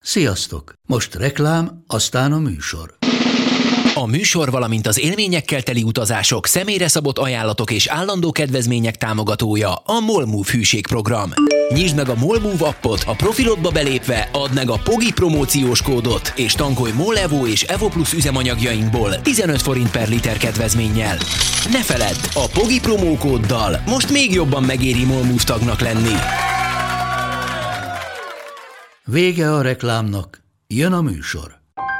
Sziasztok! Most reklám, aztán a műsor. A műsor, valamint az élményekkel teli utazások, személyre szabott ajánlatok és állandó kedvezmények támogatója a MOL Move hűségprogram. Nyisd meg a MOL Move appot, a profilodba belépve add meg a POGI promóciós kódot, és tankolj MOL Evo és Evo Plus üzemanyagjainkból 15 forint per liter kedvezménnyel. Ne feledd, a POGI promókóddal most még jobban megéri MOL Move tagnak lenni. Vége a reklámnak, jön a műsor.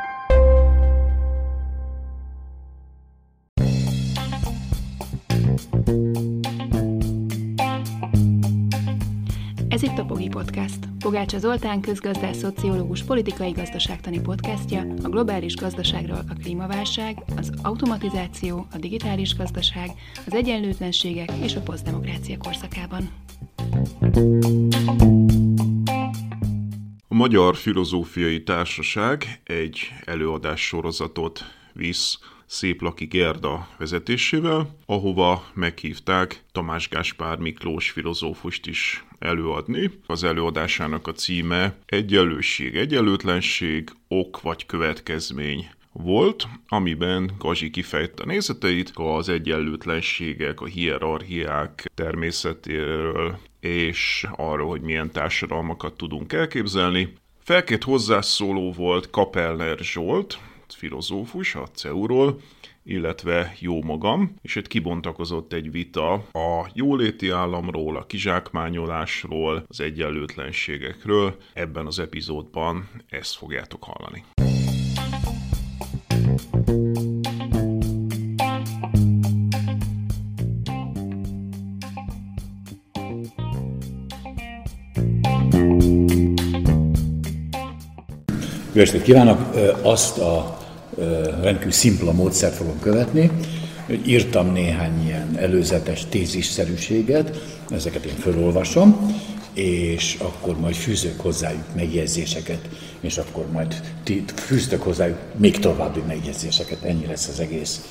Ez itt a POGI Podcast. Pogácsa Zoltán közgazdász, szociológus, politikai gazdaságtani podcastja a globális gazdaságról a klímaválság, az automatizáció, a digitális gazdaság, az egyenlőtlenségek és a posztdemokrácia korszakában. A Magyar Filozófiai Társaság egy előadássorozatot visz Széplaki Gerda vezetésével, ahova meghívták Tamás Gáspár Miklós filozófust is előadni. Az előadásának a címe Egyenlőség, egyenlőtlenség, ok vagy következmény volt, amiben Gazi kifejtette a nézeteit az egyenlőtlenségek, a hierarchiák természetéről, és arról, hogy milyen társadalmakat tudunk elképzelni. Felkét hozzászóló volt Kapellner Zsolt, filozófus a CEU-ról, illetve jó magam, és itt kibontakozott egy vita a jóléti államról, a kizsákmányolásról, az egyenlőtlenségekről. Ebben az epizódban ezt fogjátok hallani. Jó estét kívánok! Azt a rendkívül szimpla módszert fogom követni, hogy írtam néhány ilyen előzetes tézisszerűséget, ezeket én felolvasom, és akkor majd fűzök hozzájuk megjegyzéseket, és akkor majd ti fűztök hozzájuk még további megjegyzéseket, ennyi lesz az egész.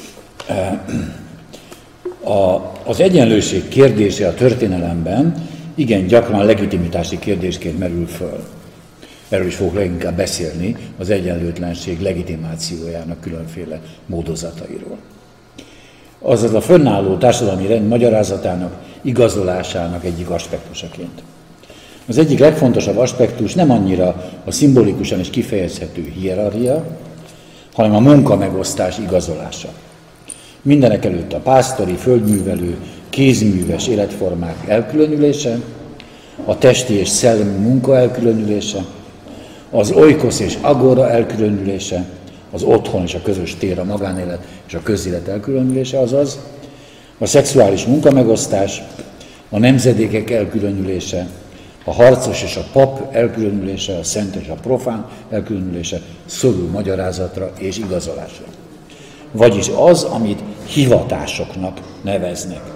Az egyenlőség kérdése a történelemben igen gyakran legitimitási kérdésként merül föl. Erről is fogok leginkább beszélni, az egyenlőtlenség legitimációjának különféle módozatairól. Azaz a fönnálló társadalmi rend magyarázatának, igazolásának egyik aspektusaként. Az egyik legfontosabb aspektus nem annyira a szimbolikusan is kifejezhető hierarchia, hanem a munkamegosztás igazolása. Mindenekelőtt a pásztori, földművelő, kézműves életformák elkülönülése, a testi és szellemi munka elkülönülése, az oikosz és agora elkülönülése, az otthon és a közös tér, a magánélet és a közélet elkülönülése, azaz a szexuális munkamegosztás, a nemzedékek elkülönülése, a harcos és a pap elkülönülése, a szent és a profán elkülönülése szorul magyarázatra és igazolásra. Vagyis az, amit hivatásoknak neveznek.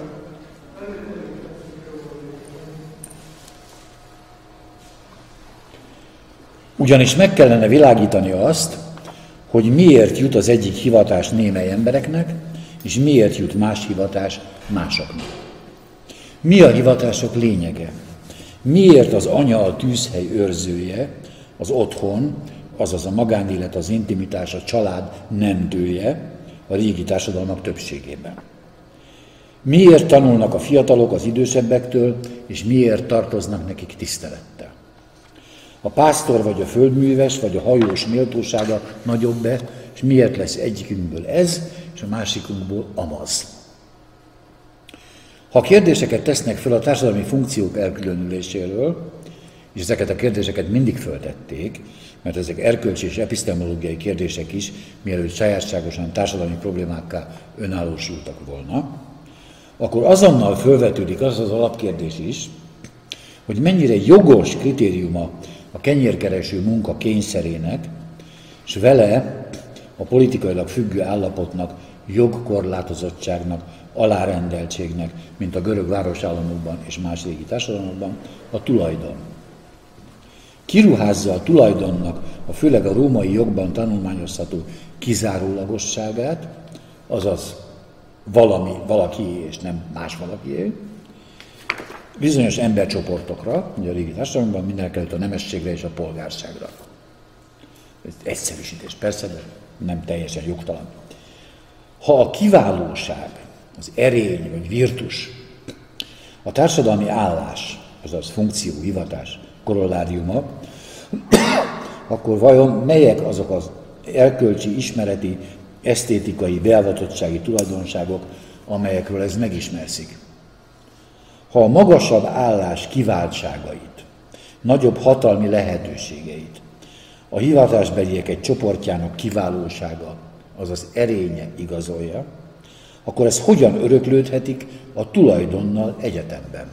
Ugyanis meg kellene világítani azt, hogy miért jut az egyik hivatás némely embereknek, és miért jut más hivatás másoknak. Mi a hivatások lényege? Miért az anya a tűzhely őrzője, az otthon, azaz a magánélet, az intimitás, a család nemdője a régi társadalmak többségében? Miért tanulnak a fiatalok az idősebbektől, és miért tartoznak nekik tisztelettel? A pásztor vagy a földműves, vagy a hajós méltósága nagyobb-e, és miért lesz egyikünkből ez, és a másikunkból amaz? Ha kérdéseket tesznek fel a társadalmi funkciók elkülönüléséről, és ezeket a kérdéseket mindig föltették, mert ezek erkölcsi és epistemológiai kérdések is, mielőtt sajátságosan társadalmi problémákká önállósultak volna, akkor azonnal fölvetődik az az alapkérdés is, hogy mennyire jogos kritériuma a kenyérkereső munka kényszerének, és vele a politikailag függő állapotnak, jogkorlátozottságnak, alárendeltségnek, mint a görög városállamokban és más régi társadalmakban, a tulajdon. Kiruházza a tulajdonnak a főleg a római jogban tanulmányozható kizárólagosságát, azaz valakié és nem más valakié, bizonyos embercsoportokra, ugye a régi társadalomban mindenekelőtt a nemességre és a polgárságra. Ez egyszerűsítés persze, de nem teljesen jogtalan. Ha a kiválóság, az erény vagy virtus, a társadalmi állás, azaz funkció, hivatás, korolláriuma, akkor vajon melyek azok az erkölcsi, ismereti, esztétikai, beavatottsági tulajdonságok, amelyekről ez megismerszik? Ha a magasabb állás kiváltságait, nagyobb hatalmi lehetőségeit, a hivatásbeliek egy csoportjának kiválósága, azaz erénye igazolja, akkor ez hogyan öröklődhetik a tulajdonnal egyetemben?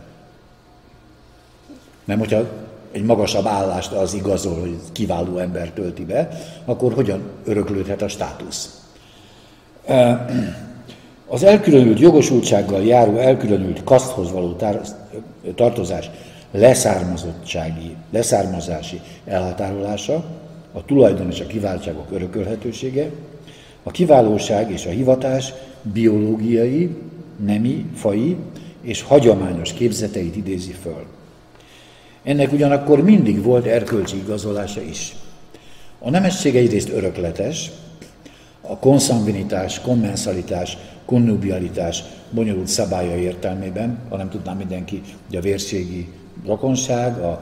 Nem, hogyha egy magasabb állást az igazol, hogy kiváló ember tölti be, akkor hogyan öröklődhet a státusz? Az elkülönült jogosultsággal járó elkülönült kaszthoz való tartozás leszármazási elhatárolása, a tulajdon és a kiváltságok örökölhetősége, a kiválóság és a hivatás biológiai, nemi, faji és hagyományos képzeteit idézi föl. Ennek ugyanakkor mindig volt erkölcsi igazolása is. A nemesség egyrészt örökletes, a konszangvinitás, kommenszalitás, konnubialitás bonyolult szabálya értelmében, ha nem tudná mindenki, hogy a vérségi rokonság, a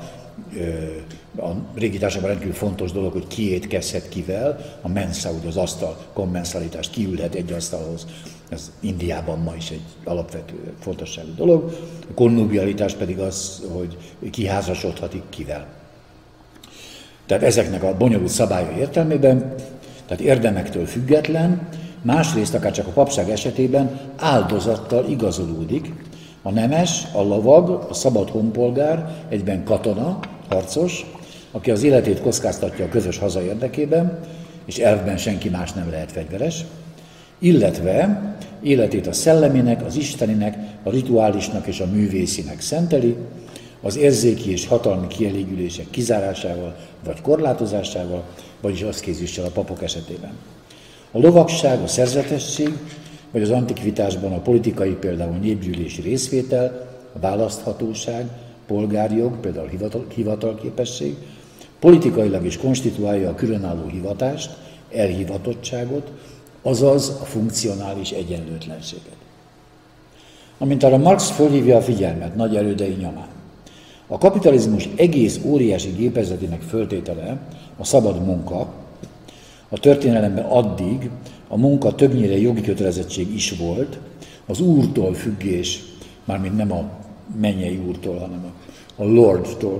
régi társadalomban rendkívül fontos dolog, hogy ki étkezhet kivel, a mensa, ugye az asztal, kommenszalitás, kiülhet egy asztalhoz. Ez Indiában ma is egy alapvető fontosságú dolog. A konnubialitás pedig az, hogy ki házasodhatik kivel. Tehát ezeknek a bonyolult szabálya értelmében, tehát érdemektől független, másrészt akár csak a papság esetében áldozattal igazolódik. A nemes, a lovag, a szabad honpolgár, egyben katona, harcos, aki az életét kockáztatja a közös haza érdekében, és elvben senki más nem lehet fegyveres, illetve életét a szelleminek, az isteninek, a rituálisnak és a művészinek szenteli, az érzéki és hatalmi kielégülések kizárásával vagy korlátozásával, vagyis aszkézissel a papok esetében. A lovagság, a szerzetesség, vagy az antikvitásban a politikai, például népgyűlési részvétel, a választhatóság, polgárjog, például hivatalképesség, politikailag is konstituálja a különálló hivatást, elhivatottságot, azaz a funkcionális egyenlőtlenséget. Amint arra Marx fölhívja a figyelmet nagy elődei nyomán, a kapitalizmus egész óriási gépezetének föltétele a szabad munka. A történelemben addig a munka többnyire jogi kötelezettség is volt, az úrtól függés, mármint nem a mennyei úrtól, hanem a Lordtól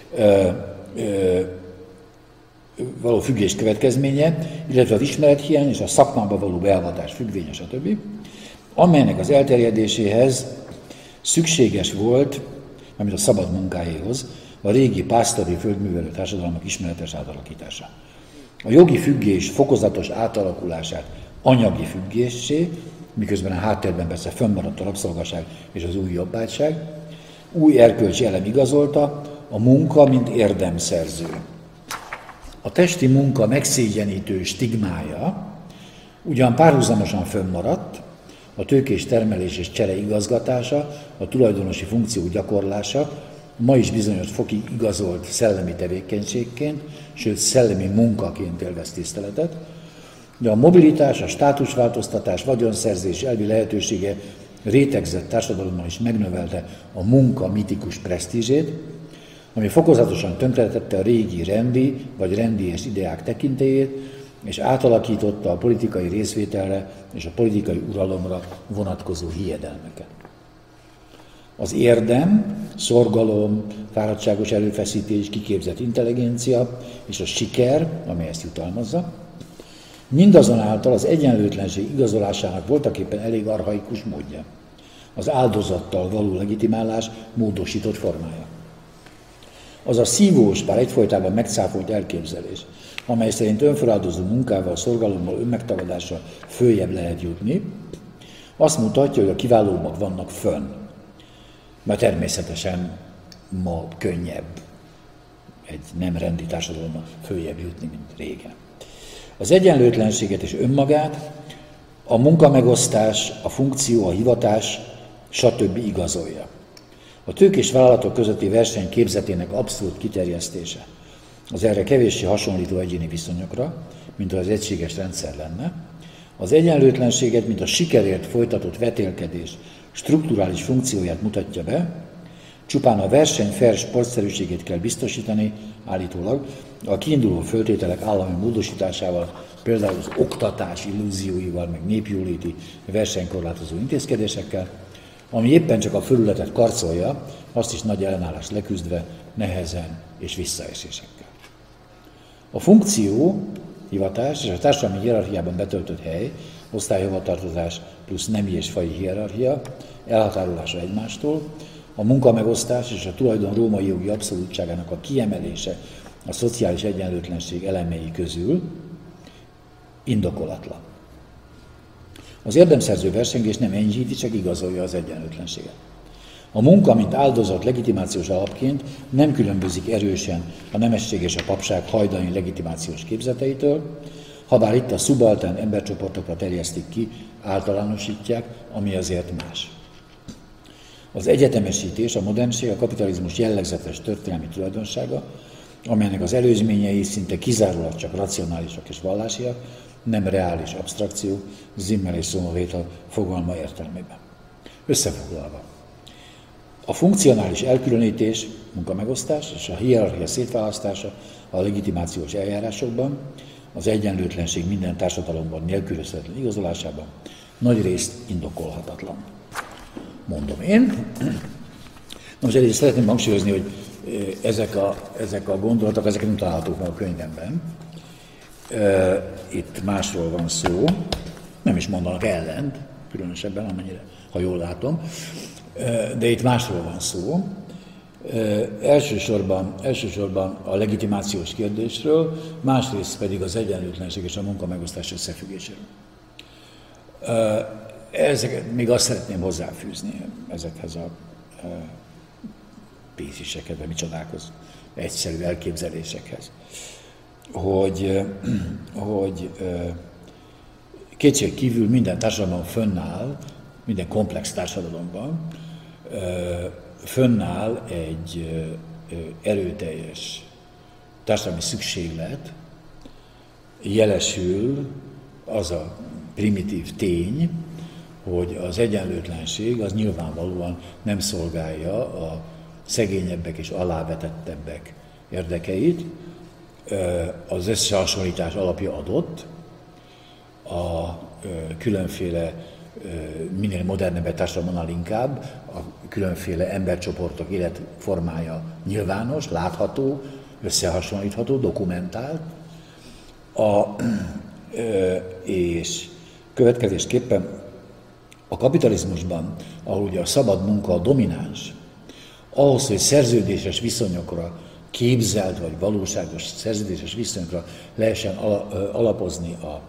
való függés következménye, illetve az ismerethiány és a szakmába való beavatás függvénye, stb., amelynek az elterjedéséhez szükséges volt, mármint a szabad munkáéhoz, a régi pásztori földművelő társadalmak ismeretes átalakítása. A jogi függés fokozatos átalakulását anyagi függéssé, miközben a háttérben persze fönnmaradt a rabszolgaság és az új jobbágyság, új erkölcsi elem igazolta, a munka, mint érdemszerző. A testi munka megszégyenítő stigmája ugyan párhuzamosan fönnmaradt, a tőkés termelés és csere igazgatása, a tulajdonosi funkció gyakorlása ma is bizonyos fokig igazolt szellemi tevékenységként, sőt szellemi munkaként élvez tiszteletet, de a mobilitás, a státusváltoztatás, vagyonszerzés elvi lehetősége rétegzett társadalommal is megnövelte a munka mitikus presztízsét, ami fokozatosan tönkretette a régi rendi vagy rendies ideák tekintélyét, és átalakította a politikai részvételre és a politikai uralomra vonatkozó hiedelmeket. Az érdem, szorgalom, fáradtságos erőfeszítés, kiképzett intelligencia és a siker, amely ezt jutalmazza, mindazonáltal az egyenlőtlenség igazolásának voltaképpen elég archaikus módja, az áldozattal való legitimálás módosított formája. Az a szívós, bár egyfolytában megcáfolt elképzelés, amely szerint önfeláldozó munkával, szorgalommal, önmegtagadással följebb lehet jutni, azt mutatja, hogy a kiválóbbak vannak fönn. Mert természetesen ma könnyebb egy nem rendi társadalomban följebb jutni, mint régen. Az egyenlőtlenséget és önmagát a munkamegosztás, a funkció, a hivatás, stb. Igazolja. A tőkés vállalatok közötti verseny képzetének abszolút kiterjesztése, az erre kevéssé hasonlító egyéni viszonyokra, mint az egységes rendszer lenne, az egyenlőtlenséget, mint a sikerért folytatott vetélkedés strukturális funkcióját mutatja be, csupán a verseny fair sportszerűségét kell biztosítani, állítólag a kiinduló föltételek állami módosításával, például az oktatás illúzióival, meg népjóléti versenykorlátozó intézkedésekkel, ami éppen csak a fölületet karcolja, azt is nagy ellenállást leküzdve, nehezen és visszaesésekkel. A funkció, hivatás és a társadalmi hierarchiában betöltött hely, osztályhovatartozás plusz nemi és faji hierarchia, elhatárolása egymástól, a munkamegosztás és a tulajdon római jogi abszolútságának a kiemelése a szociális egyenlőtlenség elemei közül indokolatlan. Az érdemszerző versengés nem enyhíti, csak igazolja az egyenlőtlenséget. A munka, mint áldozat legitimációs alapként nem különbözik erősen a nemesség és a papság hajdani legitimációs képzeteitől, habár itt a szubaltern embercsoportokra terjesztik ki, általánosítják, ami azért más. Az egyetemesítés, a modernség, a kapitalizmus jellegzetes történelmi tulajdonsága, amelynek az előzményei szinte kizárólag csak racionálisak és vallásiak, nem reális absztrakció, Zimmer és Somovéta fogalma értelmében. Összefoglalva. A funkcionális elkülönítés, munkamegosztás és a hierarchia szétválasztása a legitimációs eljárásokban, az egyenlőtlenség minden társadalomban nélkülözhetetlen igazolásában nagyrészt indokolhatatlan. Mondom én. Most egyrészt szeretném hangsúlyozni, hogy ezek a gondolatok, ezek nem találhatók meg a könyvemben. Itt másról van szó, nem is mondanak ellent, különösebben, amennyire, ha jól látom, de itt másról van szó. Elsősorban a legitimációs kérdésről, másrészt pedig az egyenlőtlenség és a munkamegosztás összefüggéséről. Ezeket még azt szeretném hozzáfűzni ezekhez a tézisekhez, vagy micsodákhoz, egyszerű elképzelésekhez, hogy kétség kívül minden társadalomban fönnáll, minden komplex társadalomban fönnáll egy erőteljes társadalmi szükséglet, jelesül az a primitív tény, hogy az egyenlőtlenség az nyilvánvalóan nem szolgálja a szegényebbek és alávetettebbek érdekeit. Az összehasonlítás alapja adott, a különféle, minél modernebb társadalomnál inkább, a különféle embercsoportok életformája nyilvános, látható, összehasonlítható, dokumentált, és következésképpen a kapitalizmusban, ahol ugye a szabad munka a domináns, ahhoz, hogy szerződéses viszonyokra, képzelt vagy valóságos szerződéses viszonyokra lehessen alapozni a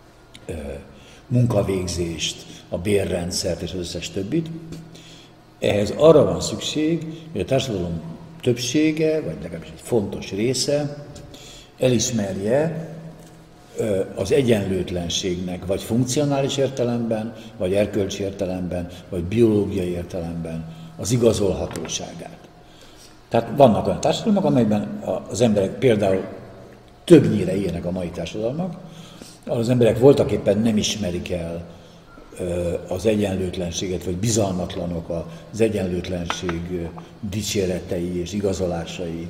munkavégzést, a bérrendszert és az összes többit, ehhez arra van szükség, hogy a társadalom többsége, vagy legalábbis egy fontos része elismerje az egyenlőtlenségnek vagy funkcionális értelemben, vagy erkölcsi értelemben, vagy biológiai értelemben az igazolhatóságát. Tehát vannak olyan társadalmak, amelyben az emberek például többnyire ilyenek a mai társadalmak, ahol az emberek voltaképpen nem ismerik el az egyenlőtlenséget, vagy bizalmatlanok az egyenlőtlenség dicséretei és igazolásaival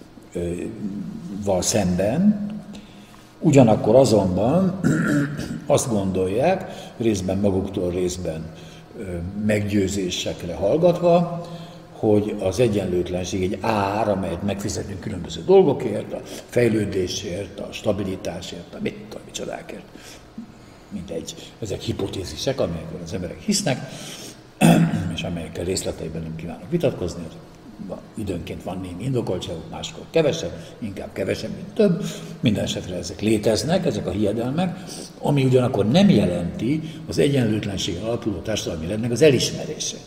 szemben. Ugyanakkor azonban azt gondolják, részben maguktól, részben meggyőzésekre hallgatva, hogy az egyenlőtlenség egy ár, amelyet megfizetünk különböző dolgokért, a fejlődésért, a stabilitásért, a micsodákért. Mindegy. Ezek hipotézisek, amelyekben az emberek hisznek, és amelyekkel részleteiben nem kívánok vitatkozni. Időnként van némi indokoltságuk, máskor kevesebb, inkább kevesebb, mint több. Minden esetre ezek léteznek, ezek a hiedelmek, ami ugyanakkor nem jelenti az egyenlőtlenségen alapuló társadalmi rendnek az elismerését.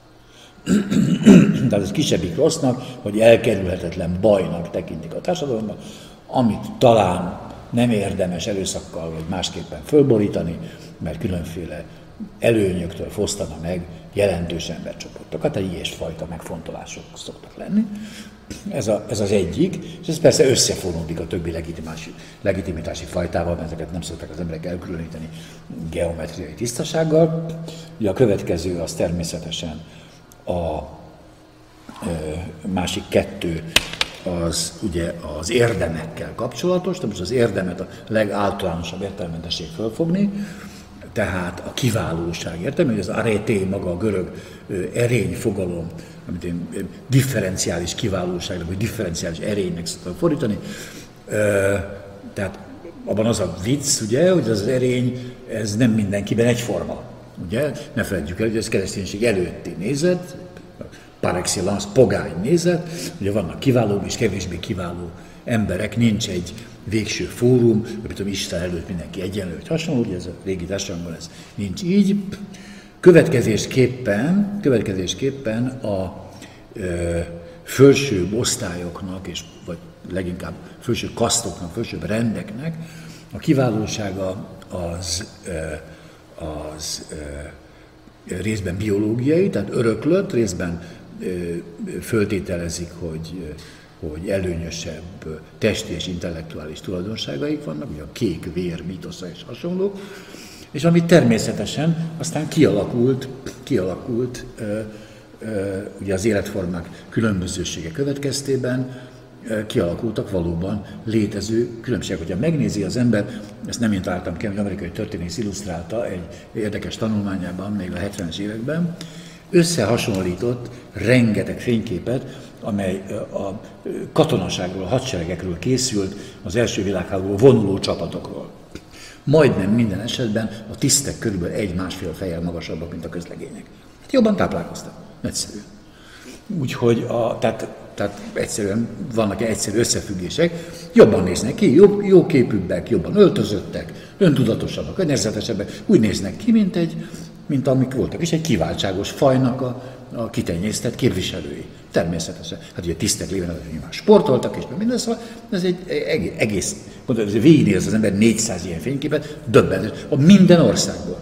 Tehát ez kisebbik rossznak, hogy elkerülhetetlen bajnak tekintik a társadalomban, amit talán nem érdemes erőszakkal vagy másképpen fölborítani, mert különféle előnyöktől fosztana meg jelentős embercsoportokat, tehát ilyesfajta megfontolások szoktak lenni. Ez az egyik, és ez persze összefonódik a többi legitimitási fajtával, mert ezeket nem szokták az emberek elkülöníteni geometriai tisztasággal. Ugye a következő az természetesen a másik kettő, az ugye az érdemekkel kapcsolatos, de most az érdemet a legáltalánosabb értelemben tessék fölfogni, tehát a kiválóság értelme, hogy az arété maga a görög erény fogalom, amit én differenciális kiválóságnak, vagy differenciális erénynek szoktam fordítani. Tehát abban az a vicc, ugye, hogy az erény, ez nem mindenkiben egyforma. Ugye? Ne felejtjük el, hogy ez kereszténység előtti nézet, par excellence pogány nézet, ugye vannak kiválóbb és kevésbé kiváló emberek, nincs egy végső fórum, amit Isten előtt mindenki egyenlő, hogy hasonló, ugye ez a régi társadalomban ez nincs így. Következésképpen a fölsőbb osztályoknak, és vagy leginkább fölsőbb kasztoknak, fölsőbb rendeknek a kiválósága az részben biológiai, tehát öröklött, részben föltételezik, hogy előnyösebb testi és intellektuális tulajdonságaik vannak, ugye a kék vér mítosza és hasonlók, és ami természetesen aztán kialakult ugye az életformák különbözősége következtében, kialakultak valóban létező különbségek. Hogyha megnézi az ember, ezt nem én találtam ki, hogy amerikai történész illusztrálta egy érdekes tanulmányában, még a 70-es években, összehasonlított rengeteg fényképet, amely a katonaságról, a hadseregekről készült, az első világháború vonuló csapatokról. Majdnem minden esetben a tisztek körülbelül 1-1,5 fejjel magasabbak, mint a közlegények. Hát jobban táplálkoztak, egyszerűen. Úgyhogy, tehát egyszerűen vannak egyszerű összefüggések, jobban néznek ki, jó képűbbek, jobban öltözöttek, öntudatosabbak, önérzetesebbek, úgy néznek ki, mint amik voltak, és egy kiváltságos fajnak a kitenyésztett képviselői. Természetesen. Hát ugye tisztek lévén nyilván sportoltak, és minden, szóval ez egy egész, végignéz az ember 400 ilyen fényképet, döbbenetes, minden országból.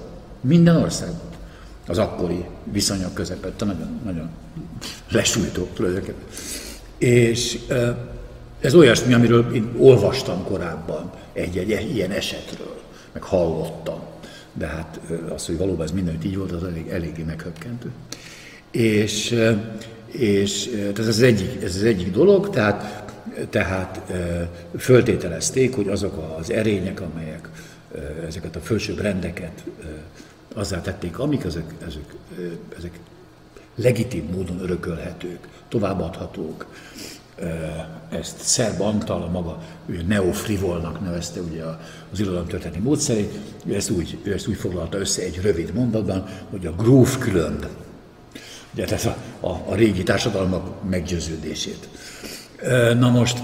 Az akkori viszonyok közepette, nagyon, nagyon lesújtó tulajdonképpen. És ez olyasmi, amiről én olvastam korábban egy ilyen esetről, meg hallottam. De hát az, hogy valóban ez mindenütt így volt, az eléggé meghökkentő. És ez az egyik dolog, tehát föltételezték, hogy azok az erények, amelyek ezeket a fölsőbb rendeket azzá tették, amik ezek legitim módon örökölhetők, továbbadhatók. Ezt Szerb Antal, a maga neofrivolnak nevezte ugye az irodalomtörténeti módszerét, ő ezt úgy foglalta össze egy rövid mondatban, hogy a gróf különb. Ugye, tehát a régi társadalmak meggyőződését. Na most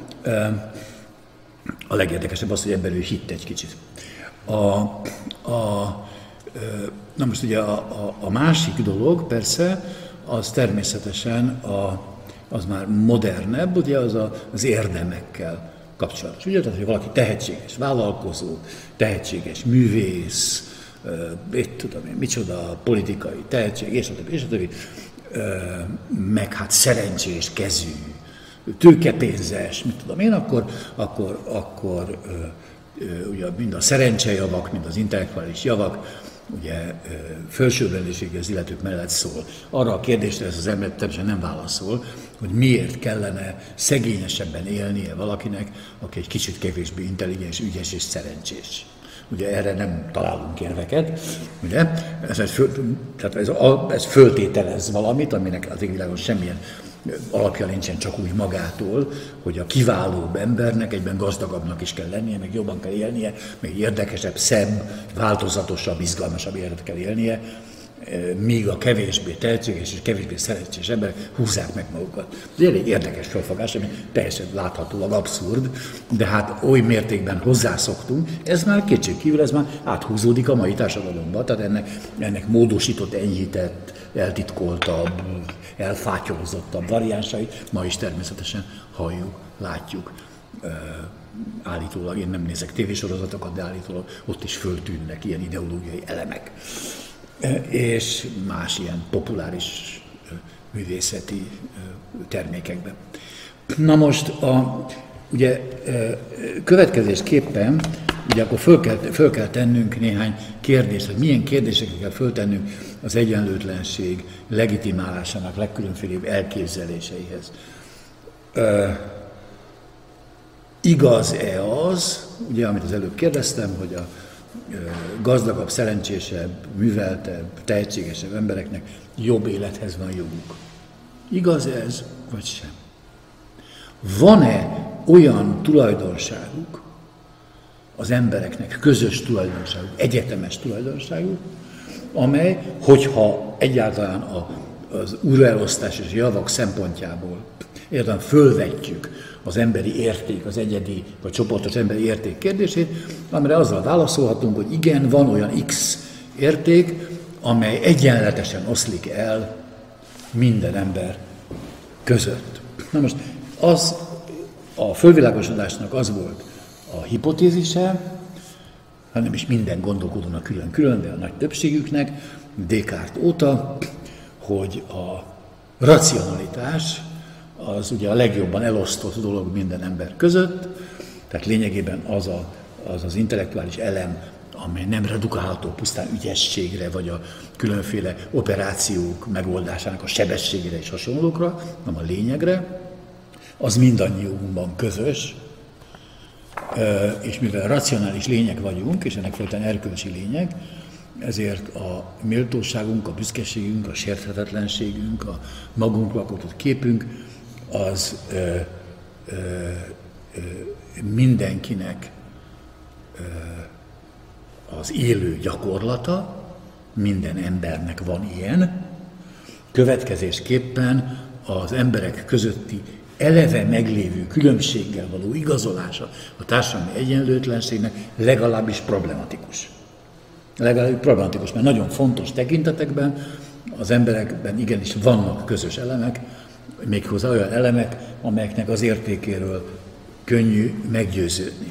a legérdekesebb az, hogy ebben ő hitt egy kicsit. Na most ugye a másik dolog persze, az természetesen az már modernebb, ugye az érdemekkel kapcsolatos. Ugye, tehát, hogy valaki tehetséges vállalkozó, tehetséges művész, micsoda politikai tehetség, és a többi, meg hát szerencsés kezű, tőkepénzes, mit tudom én, akkor ugye mind a szerencsejavak, mind az intellektuális javak, ugye felsőbbrendűségi az illetők mellett szól. Arra a kérdésre ez az ember természetesen nem válaszol, hogy miért kellene szegényesebben élnie valakinek, aki egy kicsit kevésbé intelligens, ügyes és szerencsés. Ugye erre nem találunk érveket, ugye? Ez föltételez valamit, aminek az égvilágon semmilyen alapja nincsen, csak úgy magától, hogy a kiválóbb embernek egyben gazdagabbnak is kell lennie, meg jobban kell élnie, meg érdekesebb, szebb, változatosabb, izgalmasabb életet kell élnie, míg a kevésbé tehetséges és kevésbé szerencsés emberek húzzák meg magukat. Ez elég érdekes felfogás, ami teljesen láthatólag abszurd, de hát oly mértékben hozzászoktunk, ez már kétségkívül, ez már áthúzódik a mai társadalomba, tehát ennek módosított, enyhített, eltitkoltabb, elfátyolzottabb variánsai ma is természetesen halljuk, látjuk. Állítólag, én nem nézek tévésorozatokat, de állítólag ott is föltűnnek ilyen ideológiai elemek. és más ilyen populáris művészeti termékekben. Na most, ugye következésképpen, ugye akkor föl kell tennünk néhány kérdést, hogy milyen kérdéseket kell föltennünk az egyenlőtlenség legitimálásának legkülönfélébb elképzeléseihez. Igaz-e az, ugye, amit az előbb kérdeztem, hogy a gazdagabb, szerencsésebb, műveltebb, tehetségesebb embereknek jobb élethez van joguk? Igaz ez, vagy sem? Van-e olyan tulajdonságuk az embereknek, közös tulajdonságuk, egyetemes tulajdonságuk, amely, hogyha egyáltalán az újraelosztás és javak szempontjából értem fölvetjük az emberi érték, az egyedi vagy csoportos emberi érték kérdését, amire azzal válaszolhatunk, hogy igen, van olyan X érték, amely egyenletesen oszlik el minden ember között. Na most a fölvilágosodásnak az volt a hipotézise, hanem is minden gondolkodónak külön-külön, de a nagy többségüknek, Descartes óta, hogy a racionalitás az ugye a legjobban elosztott dolog minden ember között, tehát lényegében az intellektuális elem, amely nem redukálható pusztán ügyességre, vagy a különféle operációk megoldásának a sebességére és hasonlókra, hanem a lényegre, az mindannyiunkban közös, és mivel racionális lények vagyunk, és ennek folytán erkölcsi lények, ezért a méltóságunk, a büszkeségünk, a sérthetetlenségünk, a magunkról alkotott képünk, az mindenkinek az élő gyakorlata, minden embernek van ilyen, következésképpen az emberek közötti eleve meglévő különbséggel való igazolása a társadalmi egyenlőtlenségnek legalábbis problematikus. Mert nagyon fontos tekintetekben az emberekben igenis vannak közös elemek, méghozzá olyan elemek, amelyeknek az értékéről könnyű meggyőződni.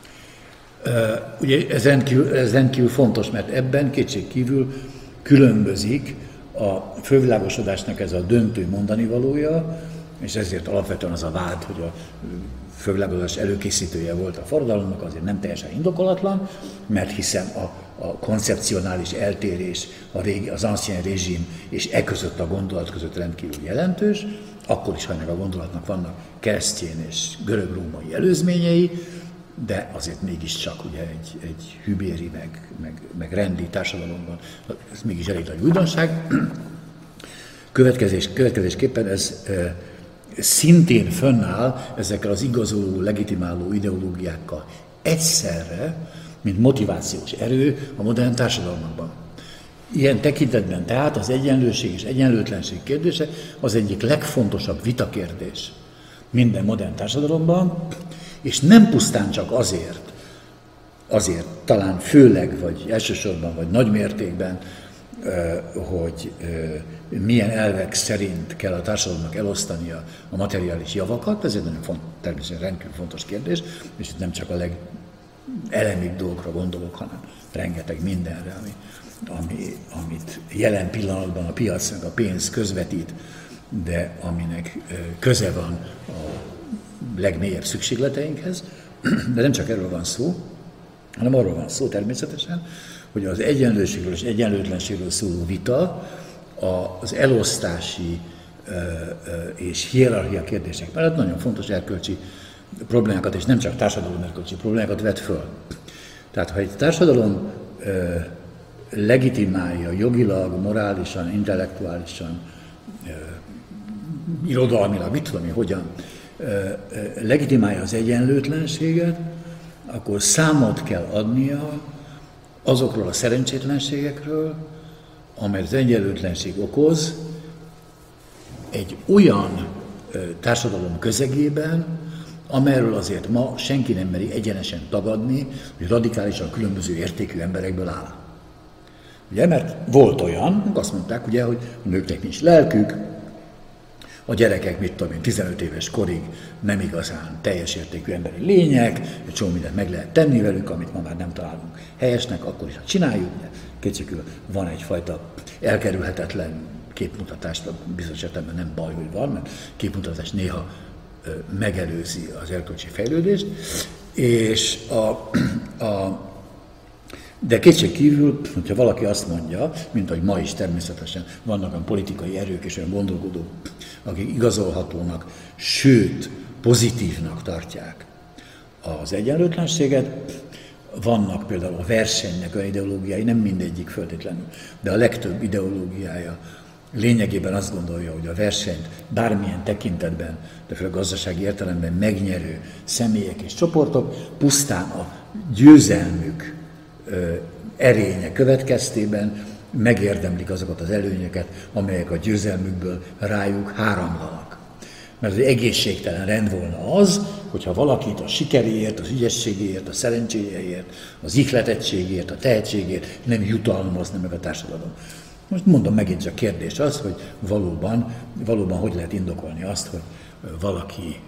Ugye ez rendkívül fontos, mert ebben kétségkívül különbözik a fölvilágosodásnak ez a döntő mondanivalója, és ezért alapvetően az a vád, hogy a fölvilágosodás előkészítője volt a forradalomnak, azért nem teljesen indokolatlan, mert hiszen a koncepcionális eltérés az ancien régime és között a gondolat között rendkívül jelentős, akkor is, ha ennek a gondolatnak vannak keresztény és görög-római előzményei, de azért mégiscsak ugye egy hübéri, meg rendi társadalomban ez mégis elég nagy újdonság. Következésképpen ez szintén fönnáll ezekkel az igazoló, legitimáló ideológiákkal egyszerre, mint motivációs erő a modern társadalmakban. Ilyen tekintetben tehát az egyenlőség és egyenlőtlenség kérdése az egyik legfontosabb vitakérdés minden modern társadalomban, és nem pusztán csak azért talán főleg, vagy elsősorban, vagy nagy mértékben, hogy milyen elvek szerint kell a társadalomnak elosztania a materiális javakat, ez egy nagyon természetesen rendkívül fontos kérdés, és itt nem csak a legelemibb dolgokra gondolok, hanem rengeteg mindenre, amit jelen pillanatban a piac meg a pénz közvetít, de aminek köze van a legmélyebb szükségleteinkhez, de nem csak erről van szó, hanem arról van szó természetesen, hogy az egyenlőségről és egyenlőtlenségről szóló vita az elosztási és hierarchia kérdések mellett nagyon fontos erkölcsi problémákat, és nem csak társadalom erkölcsi problémákat vet föl. Tehát, ha egy társadalom legitimálja jogilag, morálisan, intellektuálisan, irodalmilag, mit tudom én, hogyan legitimálja az egyenlőtlenséget, akkor számot kell adnia azokról a szerencsétlenségekről, amelyet az egyenlőtlenség okoz egy olyan társadalom közegében, amelyről azért ma senki nem meri egyenesen tagadni, hogy radikálisan különböző értékű emberekből áll. Ugye, mert volt olyan, azt mondták, ugye, hogy a nőknek nincs lelkük, a gyerekek, mit tudom én, 15 éves korig nem igazán teljes értékű emberi lények, egy csomó mindent meg lehet tenni velük, amit ma már nem találunk helyesnek, akkor is, ha csináljuk, kétségkívül van egyfajta elkerülhetetlen képmutatás, bizonyos értelemben nem baj, hogy van, mert képmutatás néha megelőzi az erkölcsi fejlődést, és de kétségkívül, hogyha valaki azt mondja, mint ahogy ma is természetesen vannak olyan politikai erők és olyan gondolkodók, akik igazolhatónak, sőt pozitívnak tartják az egyenlőtlenséget, vannak például a versenynek olyan ideológiái, nem mindegyik feltétlenül, de a legtöbb ideológiája lényegében azt gondolja, hogy a versenyt bármilyen tekintetben, de főleg gazdasági értelemben megnyerő személyek és csoportok pusztán a győzelmük erénye következtében megérdemlik azokat az előnyöket, amelyek a győzelmükből rájuk áramlanak. Mert az egészségtelen rend volna az, hogyha valakit a sikeréért, az ügyességéért, a szerencséjéért, az ihletettségért, a tehetségért nem jutalmazna meg a társadalom. Most mondom megint csak kérdés az, hogy valóban hogy lehet indokolni azt, hogy valaki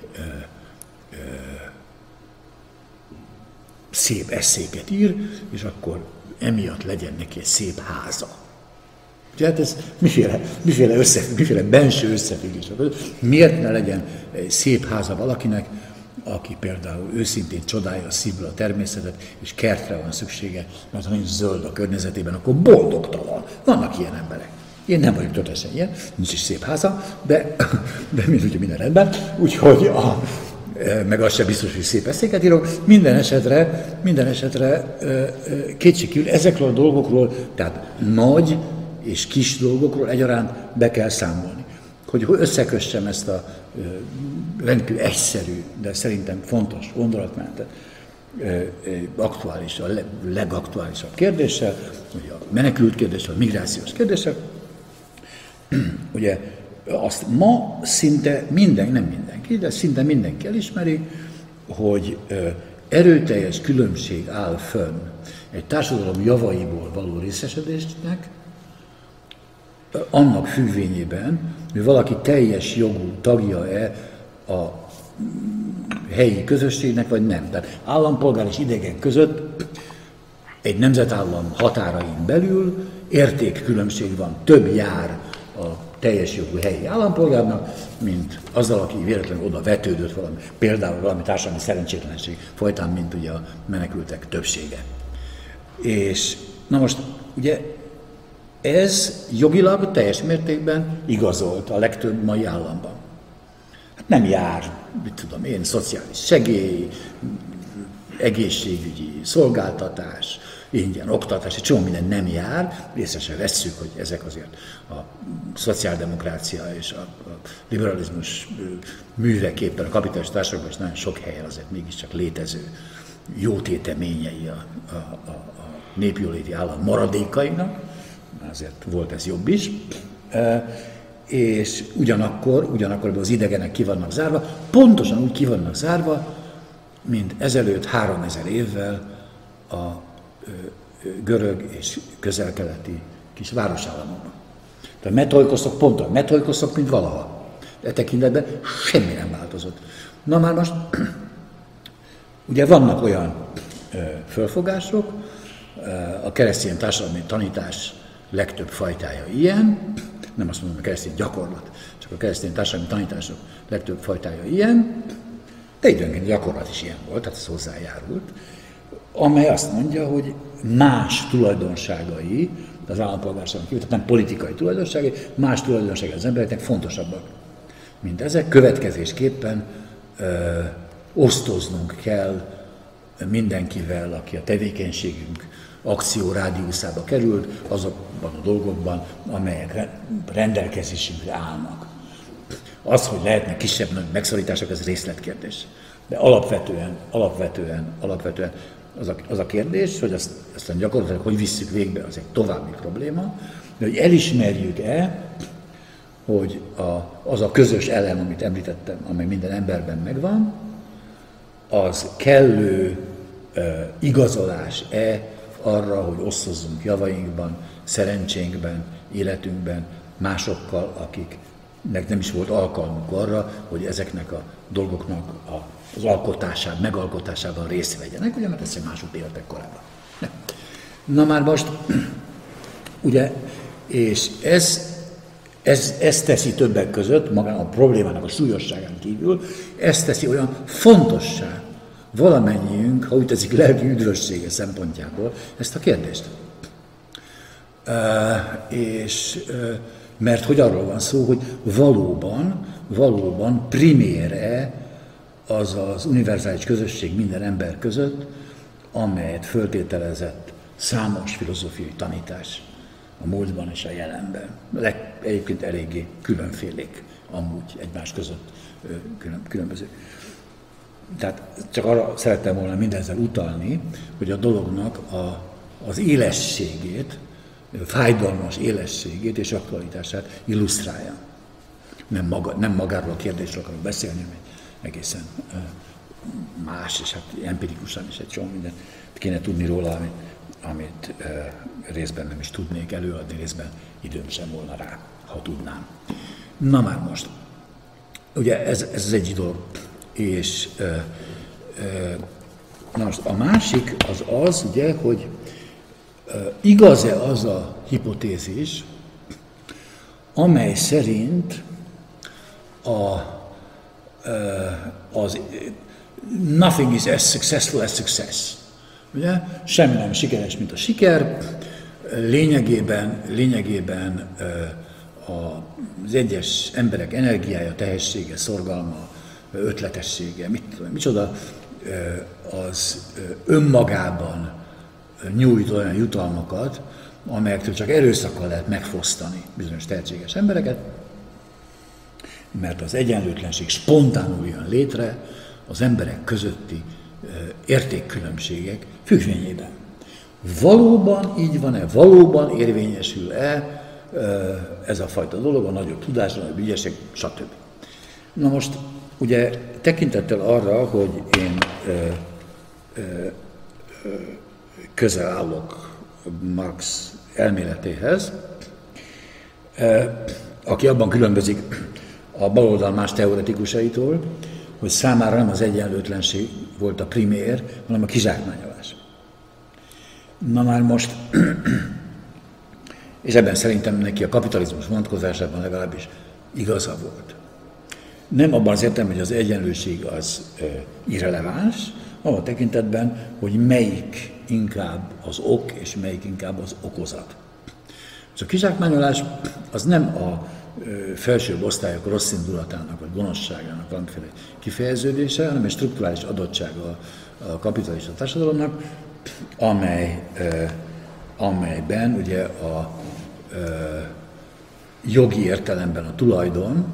szép esszéket ír, és akkor emiatt legyen neki egy szép háza. Tehát ez miféle benső összefüggés. Miért ne legyen egy szép háza valakinek, aki például őszintén csodálja a szívből a természetet, és kertre van szüksége, mert ha nincs zöld a környezetében, akkor boldogtalan. Vannak ilyen emberek. Én nem vagyok többesen ilyen, nincs is szép háza, de ugye minden rendben. Úgyhogy meg az sem biztos, hogy szép eszéket írok. Minden esetre kétségkívül ezekről a dolgokról, tehát nagy és kis dolgokról egyaránt be kell számolni. Hogy összekössem ezt a rendkívül egyszerű, de szerintem fontos gondolatmenetet aktuális, a legaktuálisabb kérdéssel, ugye a menekült kérdéssel, a migrációs kérdéssel. Ugye azt ma szinte nem mindenki, de szinte mindenki elismeri, hogy erőteljes különbség áll fönn egy társadalom javaiból való részesedésnek, annak függvényében, hogy valaki teljes jogú tagja-e a helyi közösségnek, vagy nem. Tehát állampolgár és idegen között egy nemzetállam határain belül értékkülönbség van, több jár a teljes jogú helyi állampolgárnak, mint azzal, aki véletlenül oda vetődött például valami társadalmi szerencsétlenség folytán, mint ugye a menekültek többsége. És na most ugye ez jogilag teljes mértékben igazolt a legtöbb mai államban. Hát nem jár, mit tudom én, szociális segély, egészségügyi szolgáltatás, ingyen oktatás, egy csomó minden nem jár, részesen vesszük, hogy ezek azért a szociáldemokrácia és a liberalizmus műveképpen a kapitális társadalomban is nagyon sok helyen azért mégiscsak létező jótéteményei a népjóléti állam maradékainak, azért volt ez jobb is, és ugyanakkor az idegenek ki vannak zárva, pontosan úgy ki vannak zárva, mint ezelőtt 3000 évvel a görög és közel-keleti kis városállamokban. A metoikoszok pont metoikoszok, mint valaha. E tekintetben semmi nem változott. Na már most, ugye vannak olyan fölfogások, a keresztény társadalmi tanítás legtöbb fajtája ilyen, nem azt mondom, a keresztény gyakorlat, csak a keresztény társadalmi tanítások legtöbb fajtája ilyen, de időnként gyakorlat is ilyen volt, tehát ez hozzájárult, amely azt mondja, hogy más tulajdonságai, az állampolgárságon kívül, tehát nem politikai tulajdonságai, más tulajdonságai az embereknek fontosabbak, mint ezek. Következésképpen osztoznunk kell mindenkivel, aki a tevékenységünk akció rádiuszába került, azokban a dolgokban, amelyek rendelkezésünkre állnak. Az, hogy lehetnek kisebb megszorítások, ez részletkérdés. De alapvetően az a kérdés, hogy aztán gyakorlatilag hogy visszük végbe, az egy további probléma, de hogy elismerjük-e, hogy az a közös elem, amit említettem, amely minden emberben megvan, az kellő igazolás-e arra, hogy osztozzunk javainkban, szerencsénkben, életünkben másokkal, akik meg nem is volt alkalmuk arra, hogy ezeknek a dolgoknak az alkotásában, megalkotásában részt vegyenek, ugye, mert ezt máshogy éltek korábban. Nem. Na már most, ugye, és ez teszi többek között, magán a problémának a súlyosságán kívül, ez teszi olyan fontossá valamennyiünk, ha úgy teszik, lelki üdvössége szempontjából ezt a kérdést. Mert hogy arról van szó, hogy valóban primére az az univerzális közösség minden ember között, amelyet föltételezett számos filozófiai tanítás a múltban és a jelenben. Egyébként eléggé különfélék amúgy egymás között különböző. Tehát csak arra szerettem volna mindezzel utalni, hogy a dolognak az élességét, fájdalmas élességét és aktualitását illusztrálja. Nem magáról a kérdésről akarok beszélni, hanem egészen más, és hát empirikusan is egy csomó mindent kéne tudni róla, amit részben nem is tudnék előadni, részben időm sem volna rá, ha tudnám. Na már most, ugye ez az egyik dolog, és na most a másik az ugye, hogy igaz-e az a hipotézis, amely szerint az nothing is as successful as success. Ugye? Semmi nem sikeres, mint a siker. Lényegében az egyes emberek energiája, tehetsége, szorgalma, ötletessége, micsoda, az önmagában nyújt olyan jutalmakat, amelyektől csak erőszakkal lehet megfosztani bizonyos tehetséges embereket, mert az egyenlőtlenség spontánul jön létre az emberek közötti értékkülönbségek függvényében. Valóban így van-e, valóban érvényesül-e ez a fajta dolog, a nagyobb tudás, a nagyobb ügyesség, stb. Na most ugye tekintettel arra, hogy én közel állok Marx elméletéhez, aki abban különbözik a baloldal más teoretikusaitól, hogy számára nem az egyenlőtlenség volt a primér, hanem a kizsákmányolás. Na már most, és ebben szerintem neki a kapitalizmus vonatkozásában legalábbis igaza volt. Nem abban az értelemben, hogy az egyenlőség az irreleváns, abban tekintetben, hogy melyik inkább az ok, és melyik inkább az okozat. És a kizsákmányolás az nem a felsőbb osztályok rossz indulatának, vagy gonoszságának valamiféle kifejeződése, hanem egy strukturális adottsága a kapitalista társadalomnak, amelyben ugye a jogi értelemben a tulajdon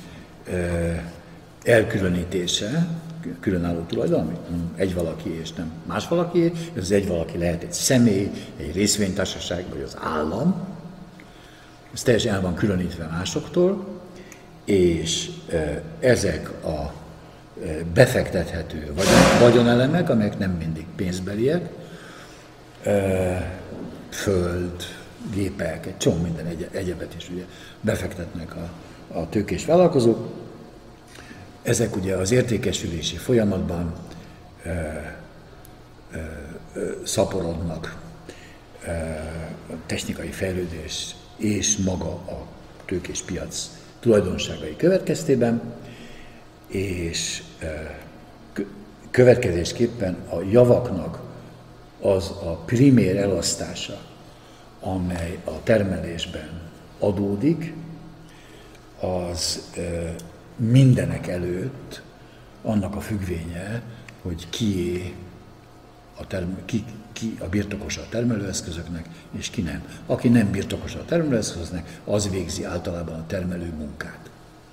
elkülönítése, különálló tulajdon, ami egy valaki és nem más valaki, ez az egy valaki lehet egy személy, egy részvénytársaság, vagy az állam, ez teljesen el van különítve másoktól, és ezek a befektethető vagyonelemek, amelyek nem mindig pénzbeliek, föld, gépek, egy csomó minden egyebet is ugye befektetnek a tőkés vállalkozók. Ezek ugye az értékesülési folyamatban szaporodnak, technikai fejlődés és maga a tőkés piac tulajdonságai következtében, és következésképpen a javaknak az a primér elosztása, amely a termelésben adódik, az mindenek előtt annak a függvénye, hogy ki a birtokosa a termelőeszközöknek, és ki nem. Aki nem birtokosa a termelőeszköznek, az végzi általában a termelő munkát.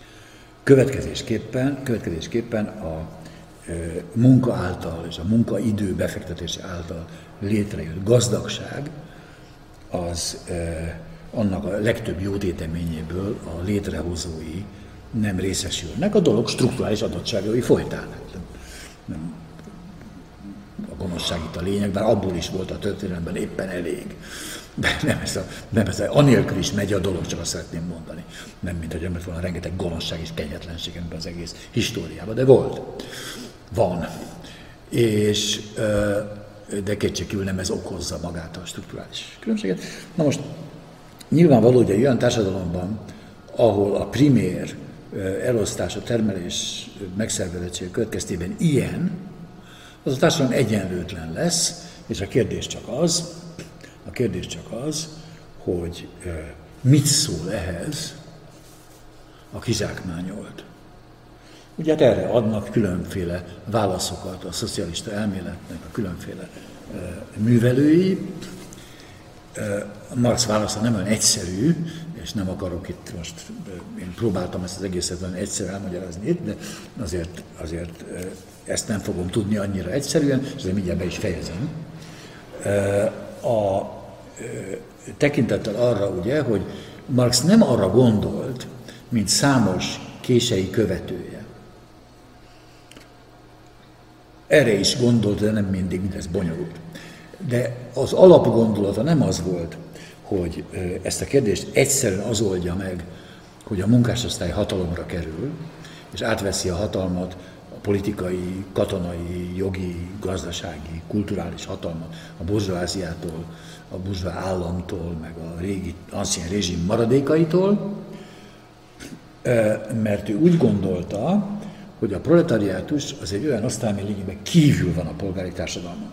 Következésképpen a munka által és a munkaidő befektetése által létrejött gazdagság az annak a legtöbb jótéteményéből a létrehozói nem részesülnek a dolog strukturális adottságai folytán. Nem a gonosz gonoszság itt a lényeg, bár abból is volt a történelemben éppen elég. De nem ez anélkül is megy a dolog, csak azt szeretném mondani. Nem, mint hogy nem lett volna rengeteg gonoszság és kegyetlenség ebben az egész históriában, de volt. Van. És, de kétségkívül nem ez okozza magát a strukturális különbséget. Na most nyilvánvaló, hogy egy olyan társadalomban, ahol a primér elosztás, a termelés megszervezettsége következtében ilyen, az a társadalom egyenlőtlen lesz, és a kérdés csak az, hogy mit szól ehhez a kizsákmányolt. Ugye hát erre adnak különféle válaszokat a szocialista elméletnek a különféle művelői. Marx válasza nem olyan egyszerű, és nem akarok itt most, én próbáltam ezt az egészet olyan egyszerűen elmagyarázni itt, de azért ezt nem fogom tudni annyira egyszerűen, és azért mindjárt be is fejezem. A tekintettel arra ugye, hogy Marx nem arra gondolt, mint számos kései követője. Erre is gondolt, de nem mindig, mindez bonyolult. De az alapgondolata nem az volt, hogy ezt a kérdést egyszerűen az oldja meg, hogy a munkásosztály hatalomra kerül, és átveszi a hatalmat, a politikai, katonai, jogi, gazdasági, kulturális hatalmat a burzsóáziától, a burzsóá államtól, meg a régi ancien rezsim maradékaitól, mert ő úgy gondolta, hogy a proletariátus az egy olyan osztály, ami lényegében kívül van a polgári társadalmon.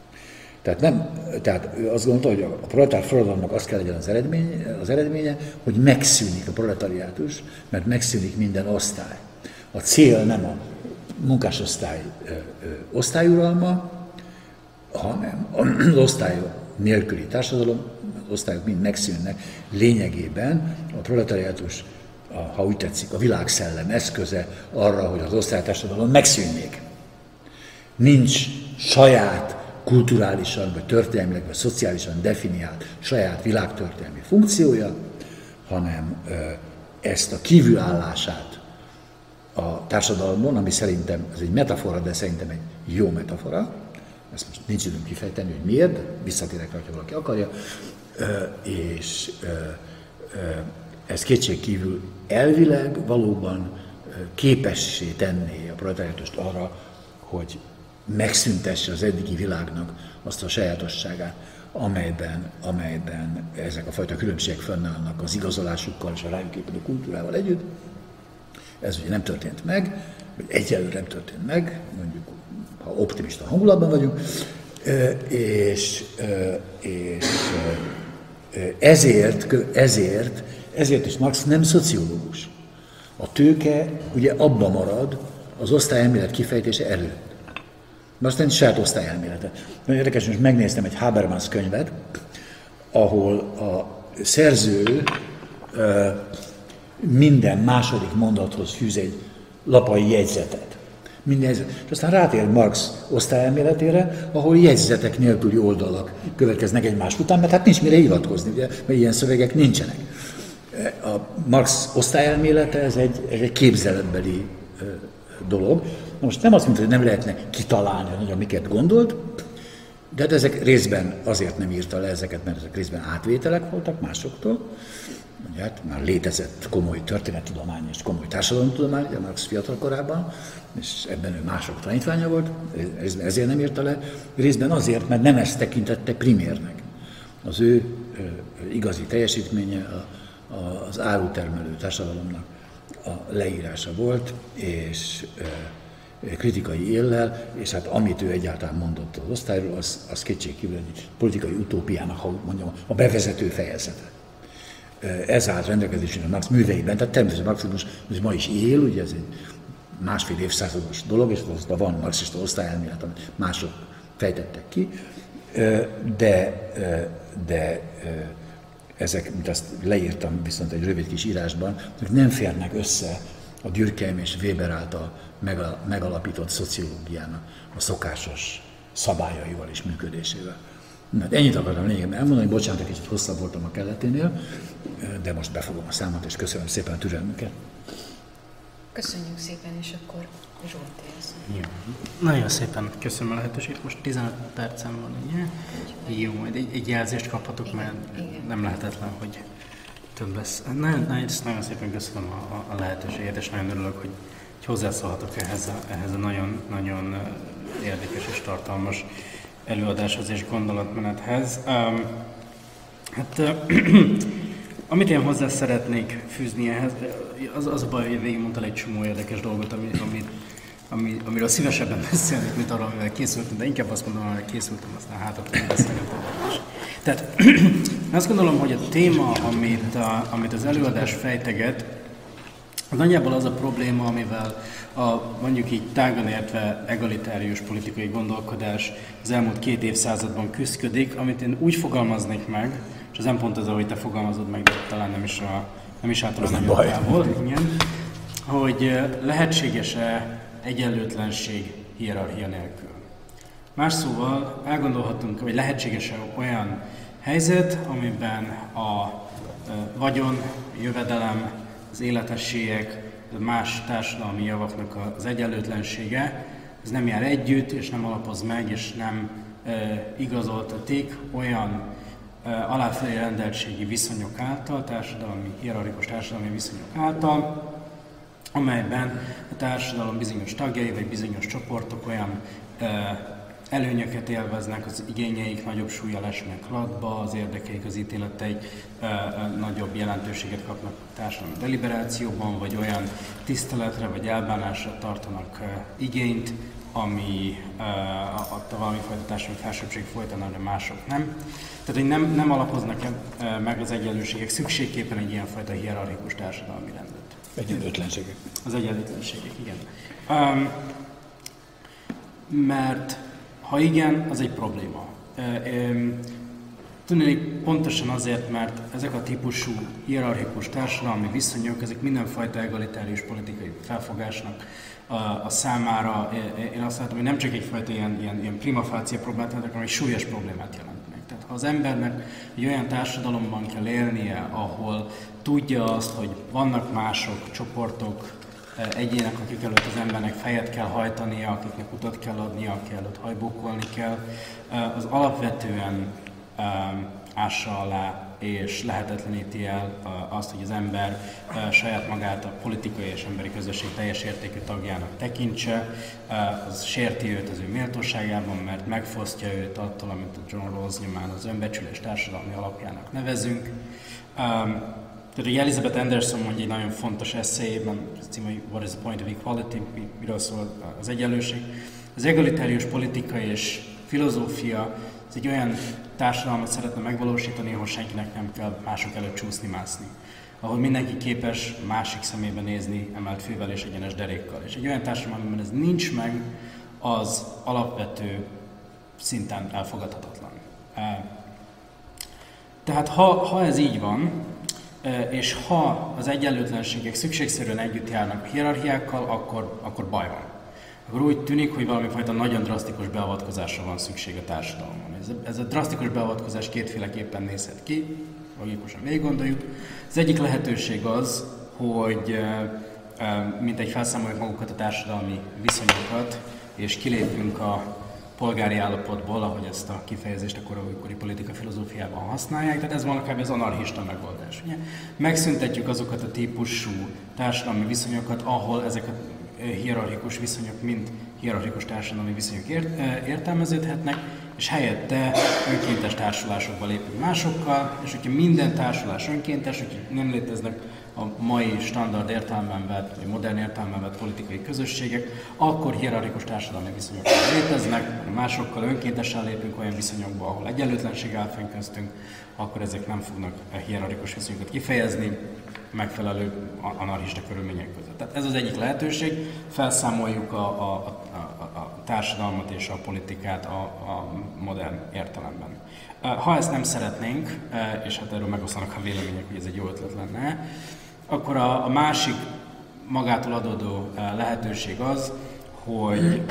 Tehát ő azt gondolta, hogy a proletár forradalomnak az kell legyen az eredménye, hogy megszűnik a proletariátus, mert megszűnik minden osztály. A cél nem a munkásosztály osztályuralma, hanem az osztályok nélküli társadalom, az osztályok mind megszűnnek. Lényegében a proletariátus, ha úgy tetszik, a világszellem eszköze arra, hogy az osztálytársadalom megszűnjék. Nincs saját kulturálisan, vagy történelmileg, vagy szociálisan definiált saját világtörténelmi funkciója, hanem ezt a kívülállását a társadalmon, ami szerintem, ez egy metafora, de szerintem egy jó metafora, ezt most nincs időm kifejteni, hogy miért, de visszatérek rá, ha valaki akarja, és ez kétségkívül elvileg valóban képessé tenné a proletariátust arra, hogy megszüntesse az eddigi világnak azt a sajátosságát, amelyben ezek a fajta különbségek fönnállnak az igazolásukkal és a rájuk épülő kultúrával együtt. Ez ugye nem történt meg, vagy egyelőre nem történt meg, mondjuk, ha optimista hangulatban vagyunk, és ezért is Marx nem szociológus. A tőke ugye abba marad az osztályelmélet kifejtése előtt. Mert aztán saját osztályelmélete. Nagyon érdekes, most megnéztem egy Habermas könyvet, ahol a szerző minden második mondathoz fűz egy lapai jegyzetet. És aztán rátér Marx osztályelméletére, ahol jegyzetek nélküli oldalak következnek egymás után, mert hát nincs mire hivatkozni, ugye, mert ilyen szövegek nincsenek. A Marx osztályelmélete ez egy képzeletbeli dolog. Na most nem azt mondta, hogy nem lehetne kitalálni, hogy miket gondolt, de hát ezek részben azért nem írta le ezeket, mert ezek részben átvételek voltak másoktól. Ugye, hát már létezett komoly történettudomány és komoly társadalomtudomány, ugye Marx fiatal korában, és ebben ő mások tanítványa volt, részben ezért nem írta le, részben azért, mert nem ezt tekintette primérnek. Az ő igazi teljesítménye az árutermelő társadalomnak a leírása volt, és kritikai éllel, és hát amit ő egyáltalán mondott az osztályról, az kétségkívül egy politikai utópiának, ha mondjam, a bevezető fejezete. Ez állt rendelkezésre a Marx műveiben, tehát természetesen Marxizmus ma is él, ugye ez egy másfél évszázados dolog, és aztán van marxista osztályelmélet, amit mások fejtettek ki, de ezek, mint azt leírtam viszont egy rövid kis írásban, nem férnek össze a Durkheim és Weber által megalapított szociológiának a szokásos szabályaival és működésével. Mert ennyit akartam lényegében elmondani, bocsánat, egy kicsit hosszabb voltam a kelleténél, de most befogom a számot, és köszönöm szépen a türelmüket. Köszönjük szépen, és akkor Zsolti az. Jó. Nagyon szépen köszönöm a lehetőséget. Most 15 percem van, ugye? Jó, majd egy jelzést kaphatok, mert nem lehetetlen, hogy több lesz. Nagyon szépen köszönöm a lehetőséget, és nagyon örülök, hogy hozzászólhatok ehhez a nagyon, nagyon érdekes és tartalmas előadáshoz és gondolatmenethez. Amit én hozzá szeretnék fűzni ehhez, az a baj, hogy végigmondtál egy csomó érdekes dolgot, amiről szívesebben beszélnék, mint arról, amivel készültem, de inkább azt mondom, amivel készültem, aztán hátat tudunk beszélni. Tehát azt gondolom, hogy a téma, amit az előadás fejteget, az nagyjából az a probléma, amivel mondjuk így tágan értve egalitárius politikai gondolkodás az elmúlt 2 évszázadban küszködik, amit én úgy fogalmaznék meg, és az nem pont az, ahogy te fogalmazod meg, de talán nem is általában nagyon távol, igen, hogy lehetséges-e egyenlőtlenség hierarchia nélkül. Más szóval elgondolhatunk, hogy lehetséges-e olyan helyzet, amiben a vagyon, a jövedelem, az életességek, más társadalmi javaknak az egyenlőtlensége, ez nem jár együtt, és nem alapoz meg, és nem igazoltatik olyan aláfelé rendeltségi viszonyok által, hierarchikus társadalmi viszonyok által, amelyben a társadalom bizonyos tagjai vagy bizonyos csoportok olyan előnyöket élveznek, az igényeik nagyobb súllyal esnek latba, az érdekeik, az ítéleteik nagyobb jelentőséget kapnak a társadalmi deliberációban, vagy olyan tiszteletre vagy elbánásra tartanak igényt, ami a valamifajta társadalmi felsőbbség folytana, de mások nem. Tehát, hogy nem alapoznak meg az egyenlőségek szükségképpen egy ilyenfajta hierarchikus társadalmi rendet. Egyenlőtlenségek. Az egyenlőtlenségek, igen. Mert ha igen, az egy probléma. Tudnék pontosan azért, mert ezek a típusú hierarchikus társadalmi viszonyok, ezek mindenfajta egalitárius politikai felfogásnak a számára, én azt látom, hogy nem csak egyfajta ilyen prima facie problémát, hanem egy súlyos problémát jelentenek. Tehát ha az embernek egy olyan társadalomban kell élnie, ahol tudja azt, hogy vannak mások, csoportok, egyének, akik előtt az embernek fejet kell hajtania, akiknek utat kell adnia, aki előtt hajbókolni kell, az alapvetően ássa alá és lehetetleníti el azt, hogy az ember saját magát a politikai és emberi közösség teljes értékű tagjának tekintse, az sérti őt az ő méltóságában, mert megfosztja őt attól, amit a John Rawls nyomán az önbecsülés társadalmi alapjának nevezünk. Tehát Elizabeth Anderson mondja egy nagyon fontos eszéjében, az cím, hogy What is the point of equality, miről szól az egyenlőség. Az egalitárius politika és filozófia ez egy olyan társadalmat szeretne megvalósítani, ahol senkinek nem kell mások előtt csúszni-mászni. Ahol mindenki képes másik szemébe nézni emelt fővel és egyenes derékkal. És egy olyan társadalom, amiben ez nincs meg, az alapvető szinten elfogadhatatlan. Tehát ha ez így van, és ha az egyenlőtlenségek szükségszerűen együtt járnak a hierarchiákkal, akkor baj van. Akkor úgy tűnik, hogy valamifajta nagyon drasztikus beavatkozásra van szükség a társadalomban. Ez a drasztikus beavatkozás kétféleképpen nézhet ki, logikusan végig gondoljuk. Az egyik lehetőség az, hogy mintegy felszámoljuk magukat a társadalmi viszonyokat, és kilépünk a polgári állapotból, ahogy ezt a kifejezést a korai politika filozófiában használják, tehát ez van akár az anarchista megoldás. Ugye? Megszüntetjük azokat a típusú társadalmi viszonyokat, ahol ezek a hierarchikus viszonyok mind hierarchikus társadalmi viszonyok értelmeződhetnek, és helyette önkéntes társulásokba lépünk másokkal, és hogyha minden társulás önkéntes, hogyha nem léteznek a mai standard értelemben vett, vagy modern értelemben vett politikai közösségek, akkor hierarchikus társadalmi viszonyok léteznek, másokkal önkéntesen lépünk olyan viszonyokba, ahol egyenlőtlenség áll fenn köztünk, akkor ezek nem fognak hierarchikus viszonyokat kifejezni megfelelő anarchista körülmények között. Tehát ez az egyik lehetőség, felszámoljuk a társadalmat és a politikát a modern értelemben. Ha ezt nem szeretnénk, és hát erről megosztanak a vélemények, hogy ez egy jó ötlet lenne, akkor a másik magától adódó lehetőség az, hogy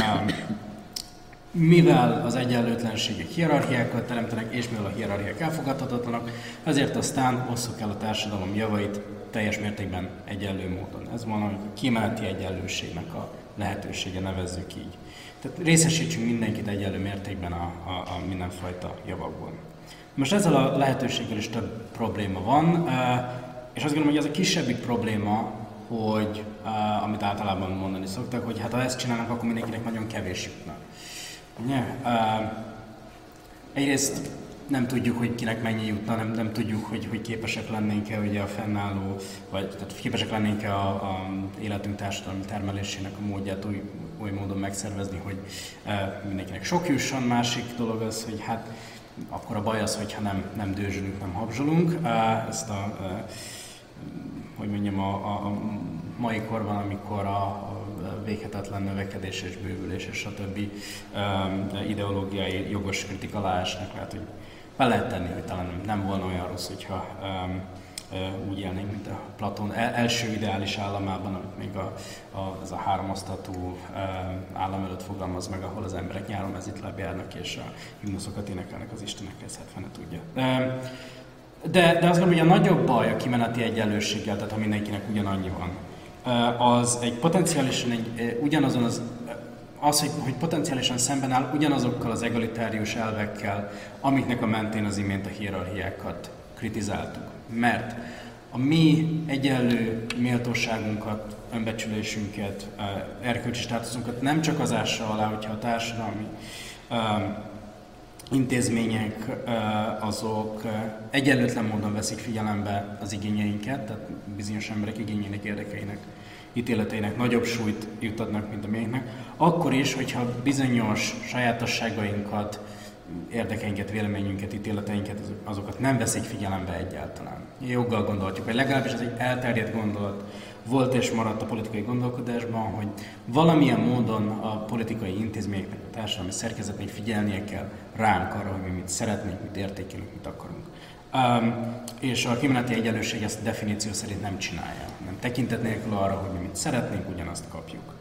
mivel az egyenlőtlenségek hierarchiákat teremtenek, és mivel a hierarchiák elfogadhatatlanak, ezért aztán osszuk el a társadalom javait teljes mértékben egyenlő módon. Ez van a kimeneti egyenlőségnek a lehetősége, nevezzük így. Tehát részesítsünk mindenkit egyenlő mértékben a mindenfajta javakból. Most ezzel a lehetőséggel is több probléma van, és azt gondolom, hogy ez a kisebbik probléma, hogy amit általában mondani szoktak, hogy hát ha ezt csinálnak, akkor mindenkinek nagyon kevés jutna. Ugye? Egyrészt nem tudjuk, hogy kinek mennyi jutna, nem tudjuk, hogy képesek lennénk-e ugye a fennálló, vagy tehát képesek lennénk-e a életünk társadalmi termelésének a módját új módon megszervezni, hogy mindenkinek sok jusson. Másik dolog az, hogy hát akkor a baj az, hogyha nem dőzsülünk, nem habzsolunk. Ezt hogy mondjam, a mai korban, amikor a véghetetlen növekedés és bővülés és stb. Ideológiai jogos kritika alá esnek, lehet, hogy be lehet tenni, hogy talán nem volna olyan rossz, hogyha úgy élnénk, mint a Platón első ideális államában, amit még az a háromasztatú állam előtt fogalmaz meg, ahol az emberek nyáron mezitláb járnak és a himnuszokat énekelnek az istenekkel, ezt hát fene tudja. De azt gondolom, hogy a nagyobb baj a kimeneti egyenlőséggel, tehát ha mindenkinek ugyanannyi van, az egy potenciálisan ugyanazon hogy potenciálisan szemben áll ugyanazokkal az egalitárius elvekkel, amiknek a mentén az imént a hierarchiákat kritizáltuk. Mert a mi egyenlő méltóságunkat, önbecsülésünket, erkölcsi státuszunkat nem csak az ássa alá, hogyha a társadalmi intézmények azok egyenlőtlen módon veszik figyelembe az igényeinket, tehát bizonyos emberek igényének, érdekeinek, ítéleteinek nagyobb súlyt juttatnak, mint a miénknek, akkor is, hogyha bizonyos sajátosságainkat, érdekeinket, véleményünket, ítéleteinket, azokat nem veszik figyelembe egyáltalán. Joggal gondolhatjuk, vagy legalábbis ez egy elterjedt gondolat volt és maradt a politikai gondolkodásban, hogy valamilyen módon a politikai intézményeknek, a társadalmi szerkezetnek figyelnie kell ránk arra, hogy mi mit szeretnénk, mit értékelünk, mit akarunk. És a kimeneti egyenlőség ezt a definíció szerint nem csinálja. Nem tekintet nélkül arra, hogy mi mit szeretnénk, ugyanazt kapjuk.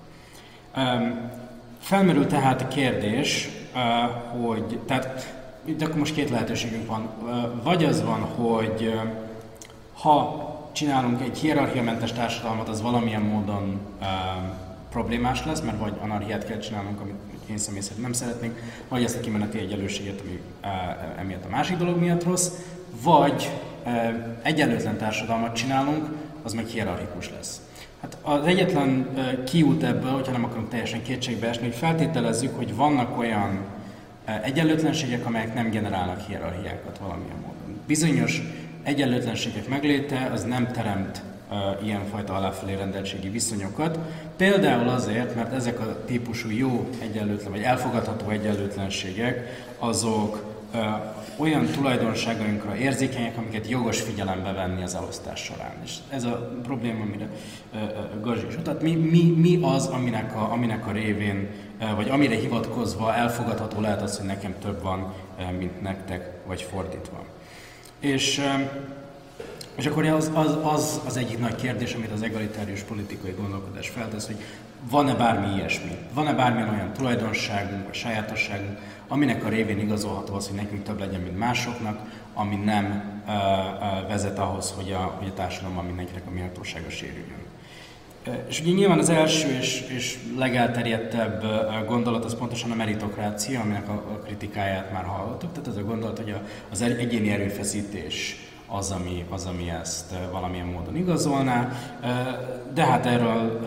Felmerül tehát a kérdés, hogy tehát itt akkor most két lehetőségünk van. Vagy az van, hogy ha csinálunk egy hierarchiamentes társadalmat, az valamilyen módon problémás lesz, mert vagy anarchiát kell csinálnunk, amit én személy szerint nem szeretnénk, vagy ezt a kimeneti egyenlőséget, ami emiatt a másik dolog miatt rossz, vagy egyenlőtlen társadalmat csinálunk, az meg hierarchikus lesz. Hát az egyetlen kiút ebből, hogyha nem akarunk teljesen kétségbe esni, hogy feltételezzük, hogy vannak olyan egyenlőtlenségek, amelyek nem generálnak hierarchiákat valamilyen módon. Bizonyos egyenlőtlenségek megléte az nem teremt ilyenfajta aláfelé rendeltségi viszonyokat. Például azért, mert ezek a típusú jó egyenlőtlen, vagy elfogadható egyenlőtlenségek, azok olyan tulajdonságainkra érzékenyek, amiket jogos figyelembe venni az elosztás során. És ez a probléma, amire Garzsi is utat. Mi az, aminek a révén, vagy amire hivatkozva elfogadható lehet az, hogy nekem több van, mint nektek, vagy fordítva. És akkor az egyik nagy kérdés, amit az egalitárius politikai gondolkodás feltesz, hogy van-e bármi ilyesmi? Van-e bármilyen olyan tulajdonságunk, vagy sajátosságunk, aminek a révén igazolható az, hogy nekünk több legyen, mint másoknak, ami nem vezet ahhoz, hogy a társadalomban mindenkinek a méltósága sérüljön. És ugye nyilván az első és legelterjedtebb gondolat az pontosan a meritokrácia, aminek a kritikáját már hallottuk. Tehát ez a gondolat, hogy az egyéni erőfeszítés az, ami ezt valamilyen módon igazolná. De hát erről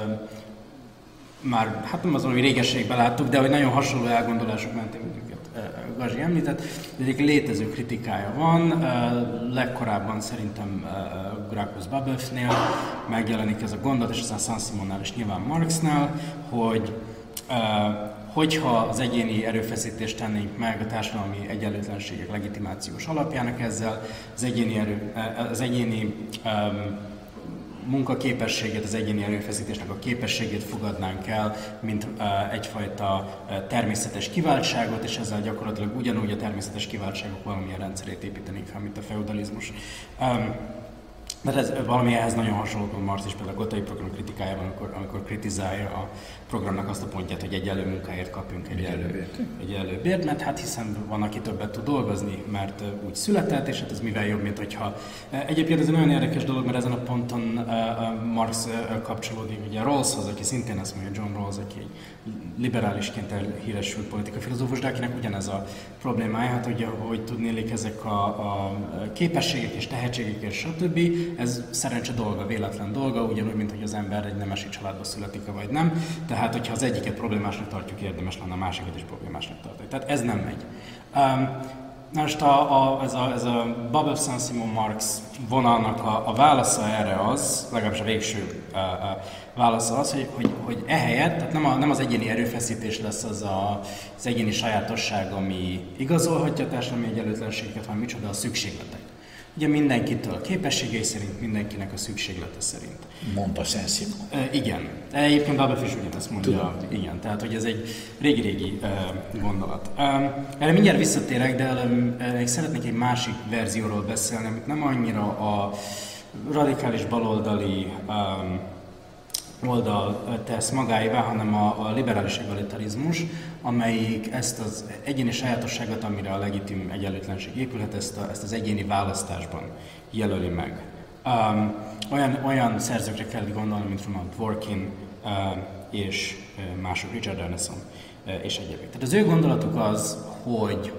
már, hát nem azon, hogy régességben láttuk, de hogy nagyon hasonló elgondolások mentén, amiket Garzsi említett. Egyik létező kritikája van, legkorábban szerintem Gracchus Babeufnél megjelenik ez a gondolat, és aztán Saint-Simonnál és nyilván Marxnál, hogy hogyha az egyéni erőfeszítést tennénk meg a társadalmi egyenlőtlenségek legitimációs alapjának ezzel, az egyéni munkaképességet, az egyéni erőfeszítésnek a képességét fogadnánk el, mint egyfajta természetes kiváltságot, és ezzel gyakorlatilag ugyanúgy a természetes kiváltságok valamilyen rendszerét építenénk fel, mint a feudalizmus. Mert ez valami ehhez nagyon hasonló, Marx is például a Gottai program kritikájában, amikor kritizálja a programnak azt a pontját, hogy egyenlő munkáért kapjunk egyenlő bért, mert hát hiszen van, aki többet tud dolgozni, mert úgy született, és hát ez mivel jobb, mint hogyha... Egyébként ez egy nagyon érdekes dolog, mert ezen a ponton Marx kapcsolódik ugye Rawlshoz, aki szintén azt mondja, John Rawls, aki egy liberálisként elhíresült politikafilozófus, de akinek ugyanez a problémája, hát ugye, hogy tudnélik ezek a képességek és tehetségek és stb. Ez szerencse dolga, véletlen dolga, ugyanúgy, mint hogy az ember egy nemesi családba születik vagy nem. Tehát, hogyha az egyiket problémásnak tartjuk, érdemes lenne a másikat is problémásnak tartani. Tehát ez nem megy. Most ez a Babel Saint-Simon Marx vonalnak a válasza erre az, legalábbis a végső válasza az, hogy ehelyett, tehát nem az egyéni erőfeszítés lesz az egyéni sajátosság, ami igazolhatja a társadalmi egyenlőtlenségeket, hanem micsoda a szükségletek. Ugye mindenkitől a képességei szerint, mindenkinek a szükséglete szerint. Mondta Saint-Simon. Igen. Egyébként Babel is ugyanezt mondja. Tudom. Igen, tehát hogy ez egy régi-régi gondolat. Erre mindjárt visszatérek, de szeretnék egy másik verzióról beszélni, amit nem annyira a radikális baloldali oldal tesz magáévá, hanem a liberális egalitarizmus, amelyik ezt az egyéni sajátosságot, amire a legitim egyenlőtlenség épülhet, ezt az egyéni választásban jelöli meg. Olyan szerzőkre kell gondolni, mint Ronald Dworkin és mások, Richard Ernestson és egyébként. Tehát az ő gondolatuk az, hogy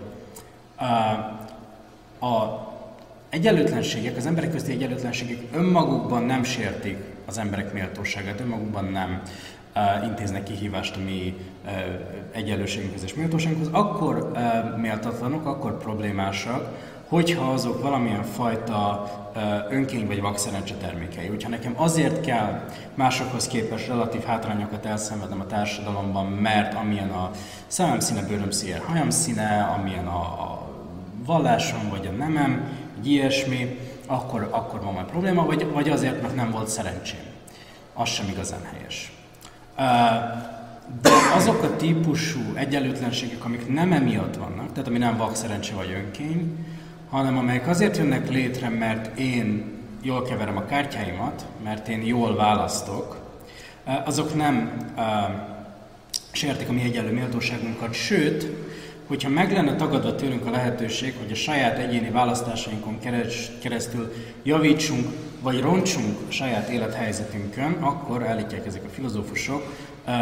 a egyenlőtlenségek, az emberek közti egyenlőtlenségek önmagukban nem sértik az emberek méltóságát, önmagukban nem intéznek kihívást a mi egyenlőségünkhez és méltóságunkhoz, akkor méltatlanok, akkor problémásak, hogyha azok valamilyen fajta önkény vagy vakszerencse termékei. Hogyha nekem azért kell másokhoz képest relatív hátrányokat elszenvednem a társadalomban, mert amilyen a szemem színe, bőröm színe, hajam színe, amilyen a vallásom vagy a nemem, egy ilyesmi, akkor van majd probléma, vagy azért, mert nem volt szerencsém. Az sem igazán helyes. De azok a típusú egyenlőtlenségek, amik nem emiatt vannak, tehát ami nem vakszerencse vagy önkény, hanem amelyek azért jönnek létre, mert én jól keverem a kártyáimat, mert én jól választok, azok nem sértik a mi egyenlő méltóságunkat, sőt, hogyha meg lenne tagadva tőlünk a lehetőség, hogy a saját egyéni választásainkon keresztül javítsunk, vagy roncsunk a saját élethelyzetünkön, akkor állítják ezek a filozófusok,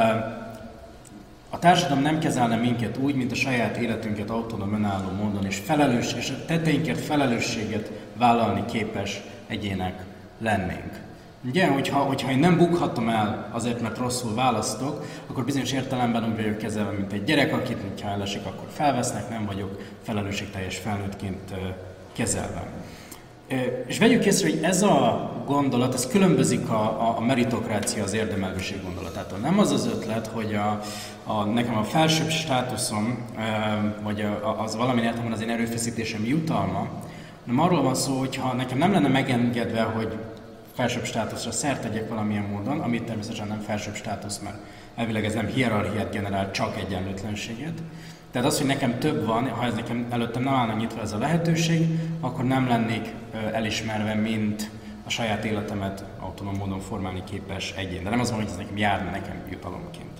a társadalom nem kezelne minket úgy, mint a saját életünket autonóm, önálló módon, és a tetteinkért felelősséget vállalni képes egyének lennénk. Ugye, hogyha én nem bukhatom el azért, mert rosszul választok, akkor bizonyos értelemben úgy vagyok kezelve, mint egy gyerek, akit, ha elesik, akkor felvesznek, nem vagyok felelősségteljes felnőttként kezelve. És vegyük észre, hogy ez a gondolat, ez különbözik a meritokrácia, az érdemelőség gondolatától. Nem az az ötlet, hogy nekem a felsőbb státuszom, vagy az valamilyen értelemben az én erőfeszítésem jutalma, hanem arról van szó, hogy ha nekem nem lenne megengedve, hogy felsőbb státuszra szert tegyek valamilyen módon, amit természetesen nem felsőbb státusz, mert elvileg ez nem hierarchiát generál, csak egyenlőtlenséget. Tehát az, hogy nekem több van, ha ez nekem előttem nem állna nyitva ez a lehetőség, akkor nem lennék elismerve, mint a saját életemet autonóm módon formálni képes egyén. De nem az van, hogy ez nekem járna nekem jutalomként.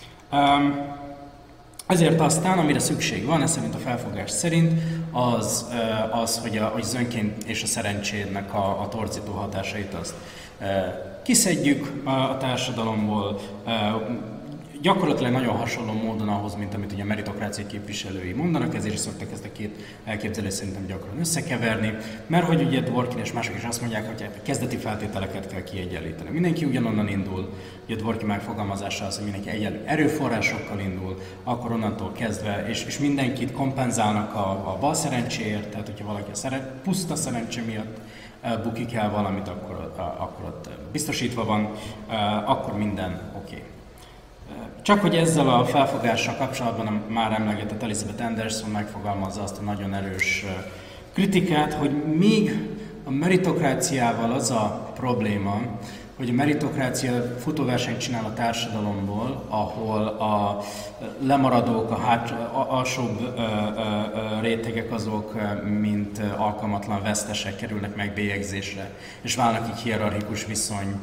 Ezért aztán, amire szükség van, ez szerint a felfogás szerint, az hogy az önként és a szerencsédnek a torzító hatásait azt kiszedjük a társadalomból, gyakorlatilag nagyon hasonló módon ahhoz, mint amit ugye a meritokrácia képviselői mondanak, ezért is szoktak ezt a két elképzelést szerintem gyakran összekeverni, mert hogy ugye Dworkin és mások is azt mondják, hogy a kezdeti feltételeket kell kiegyenlíteni. Mindenki ugyanonnan indul, ugye Dworkin megfogalmazása az, hogy mindenki egyenlő erőforrásokkal indul, akkor onnantól kezdve, és mindenkit kompenzálnak a bal szerencséért, tehát hogyha valaki puszta szerencse miatt bukik el valamit, akkor ott biztosítva van, akkor minden oké. Csak hogy ezzel a felfogással kapcsolatban a már emlegetett Elizabeth Anderson megfogalmazza azt a nagyon erős kritikát, hogy míg a meritokráciával az a probléma, hogy a meritokrácia futóversenyt csinál a társadalomból, ahol a lemaradók, a alsóbb rétegek azok, mint alkalmatlan vesztesek kerülnek megbélyegzésre, és válnak így hierarchikus viszony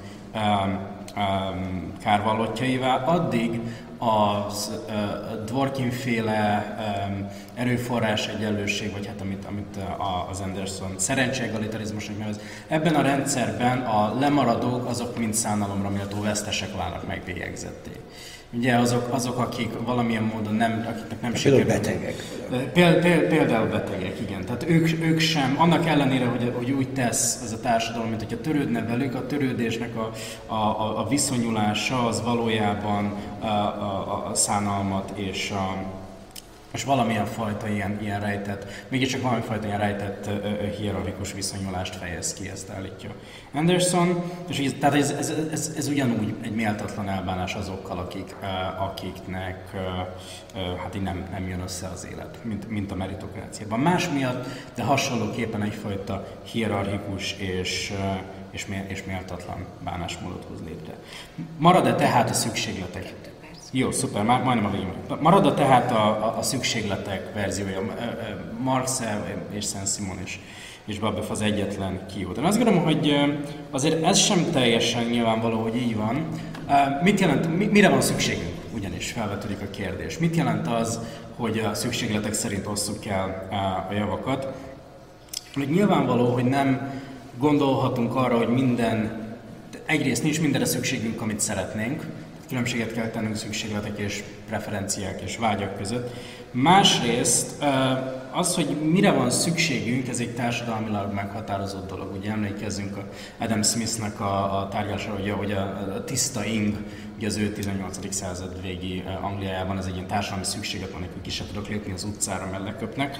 kárvallottjaivá, addig az Dworkin-féle erőforrás egyenlőség, vagy hát amit az Anderson szerencseegalitarizmusnak nevez, ebben a rendszerben a lemaradók azok mind szánalomra méltó vesztesek válnak megbélyegzetté. Ugye azok, akik valamilyen módon akiknek nem sikerül. Betegek. Például betegek, igen. Tehát ők sem, annak ellenére, hogy úgy tesz ez a társadalom, mint hogyha törődne velük, a törődésnek a viszonyulása az valójában a szánalmat és valamilyen fajta ilyen rejtett, mégiscsak valamilyen fajta ilyen rejtett hierarchikus viszonyulást fejez ki, ezt állítja Anderson, és tehát ez ugyanúgy egy méltatlan elbánás azokkal, akiknek hát így nem jön össze az élet, mint a meritokráciában. Más miatt, de hasonlóképpen egyfajta hierarchikus és méltatlan bánásmódot hoz létre. Marad-e tehát a szükségletek? Jó, szuper, majdnem a végén. Marad tehát a szükségletek verziója. Marx és Saint-Simon és Babeuf az egyetlen kiút. Én azt gondolom, hogy azért ez sem teljesen nyilvánvaló, hogy így van. Mit jelent, mire van szükségünk? Ugyanis felvetődik a kérdés. Mit jelent az, hogy a szükségletek szerint osszuk el a javakat? Hogy nyilvánvaló, hogy nem gondolhatunk arra, hogy egyrészt nincs mindenre szükségünk, amit szeretnénk, különbséget kell tennünk szükségletek és preferenciák és vágyak között. Másrészt az, hogy mire van szükségünk, ez egy társadalmilag meghatározott dolog. Ugye emlékezzünk Adam Smithnek a tárgyalásra, hogy a tiszta ing, ugye az ő 18. század végi Angliájában ez egy ilyen társadalmi szükséglet van, hogy ki sem tudok lépni az utcára, mert leköpnek.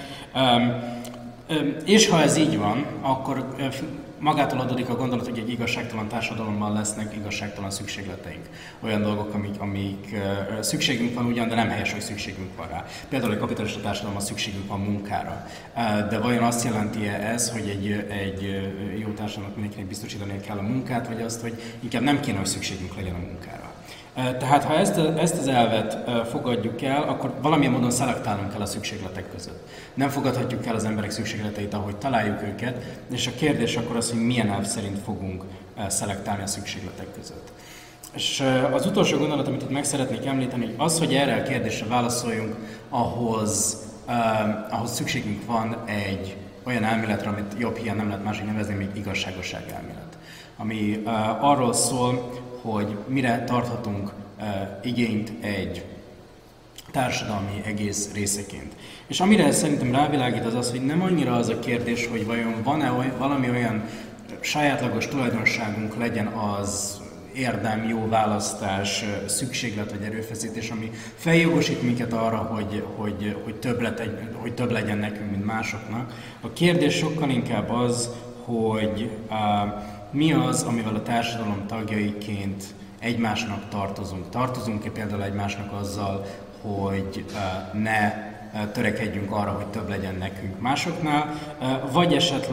És ha ez így van, akkor magától adódik a gondolat, hogy egy igazságtalan társadalomban lesznek igazságtalan szükségleteink. Olyan dolgok, amik szükségünk van ugyan, de nem helyes, hogy szükségünk van rá. Például egy kapitalista társadalomban szükségünk van munkára. De vajon azt jelenti-e ez, hogy egy jó társadalomnak mindenkinek biztosítani kell a munkát, vagy azt, hogy inkább nem kéne, hogy szükségünk legyen a munkára? Tehát ha ezt az elvet fogadjuk el, akkor valamilyen módon szelektálnunk kell a szükségletek között. Nem fogadhatjuk el az emberek szükségleteit, ahogy találjuk őket, és a kérdés akkor az, hogy milyen elv szerint fogunk szelektálni a szükségletek között. És az utolsó gondolat, amit itt meg szeretnék említeni, hogy az, hogy erre a kérdésre válaszoljunk, ahhoz szükségünk van egy olyan elméletre, amit jobb hiány nem lehet másik nevezni, még igazságosság elmélet. Ami arról szól, hogy mire tarthatunk igényt egy társadalmi egész részeként. És amire szerintem rávilágít az, hogy nem annyira az a kérdés, hogy vajon van-e valami olyan sajátlagos tulajdonságunk, legyen az érdem, jó választás, szükséglet vagy erőfeszítés, ami feljogosít minket arra, hogy több legyen nekünk, mint másoknak. A kérdés sokkal inkább az, hogy mi az, amivel a társadalom tagjaiként egymásnak tartozunk. Tartozunk-e például egymásnak azzal, hogy ne törekedjünk arra, hogy több legyen nekünk másoknál, vagy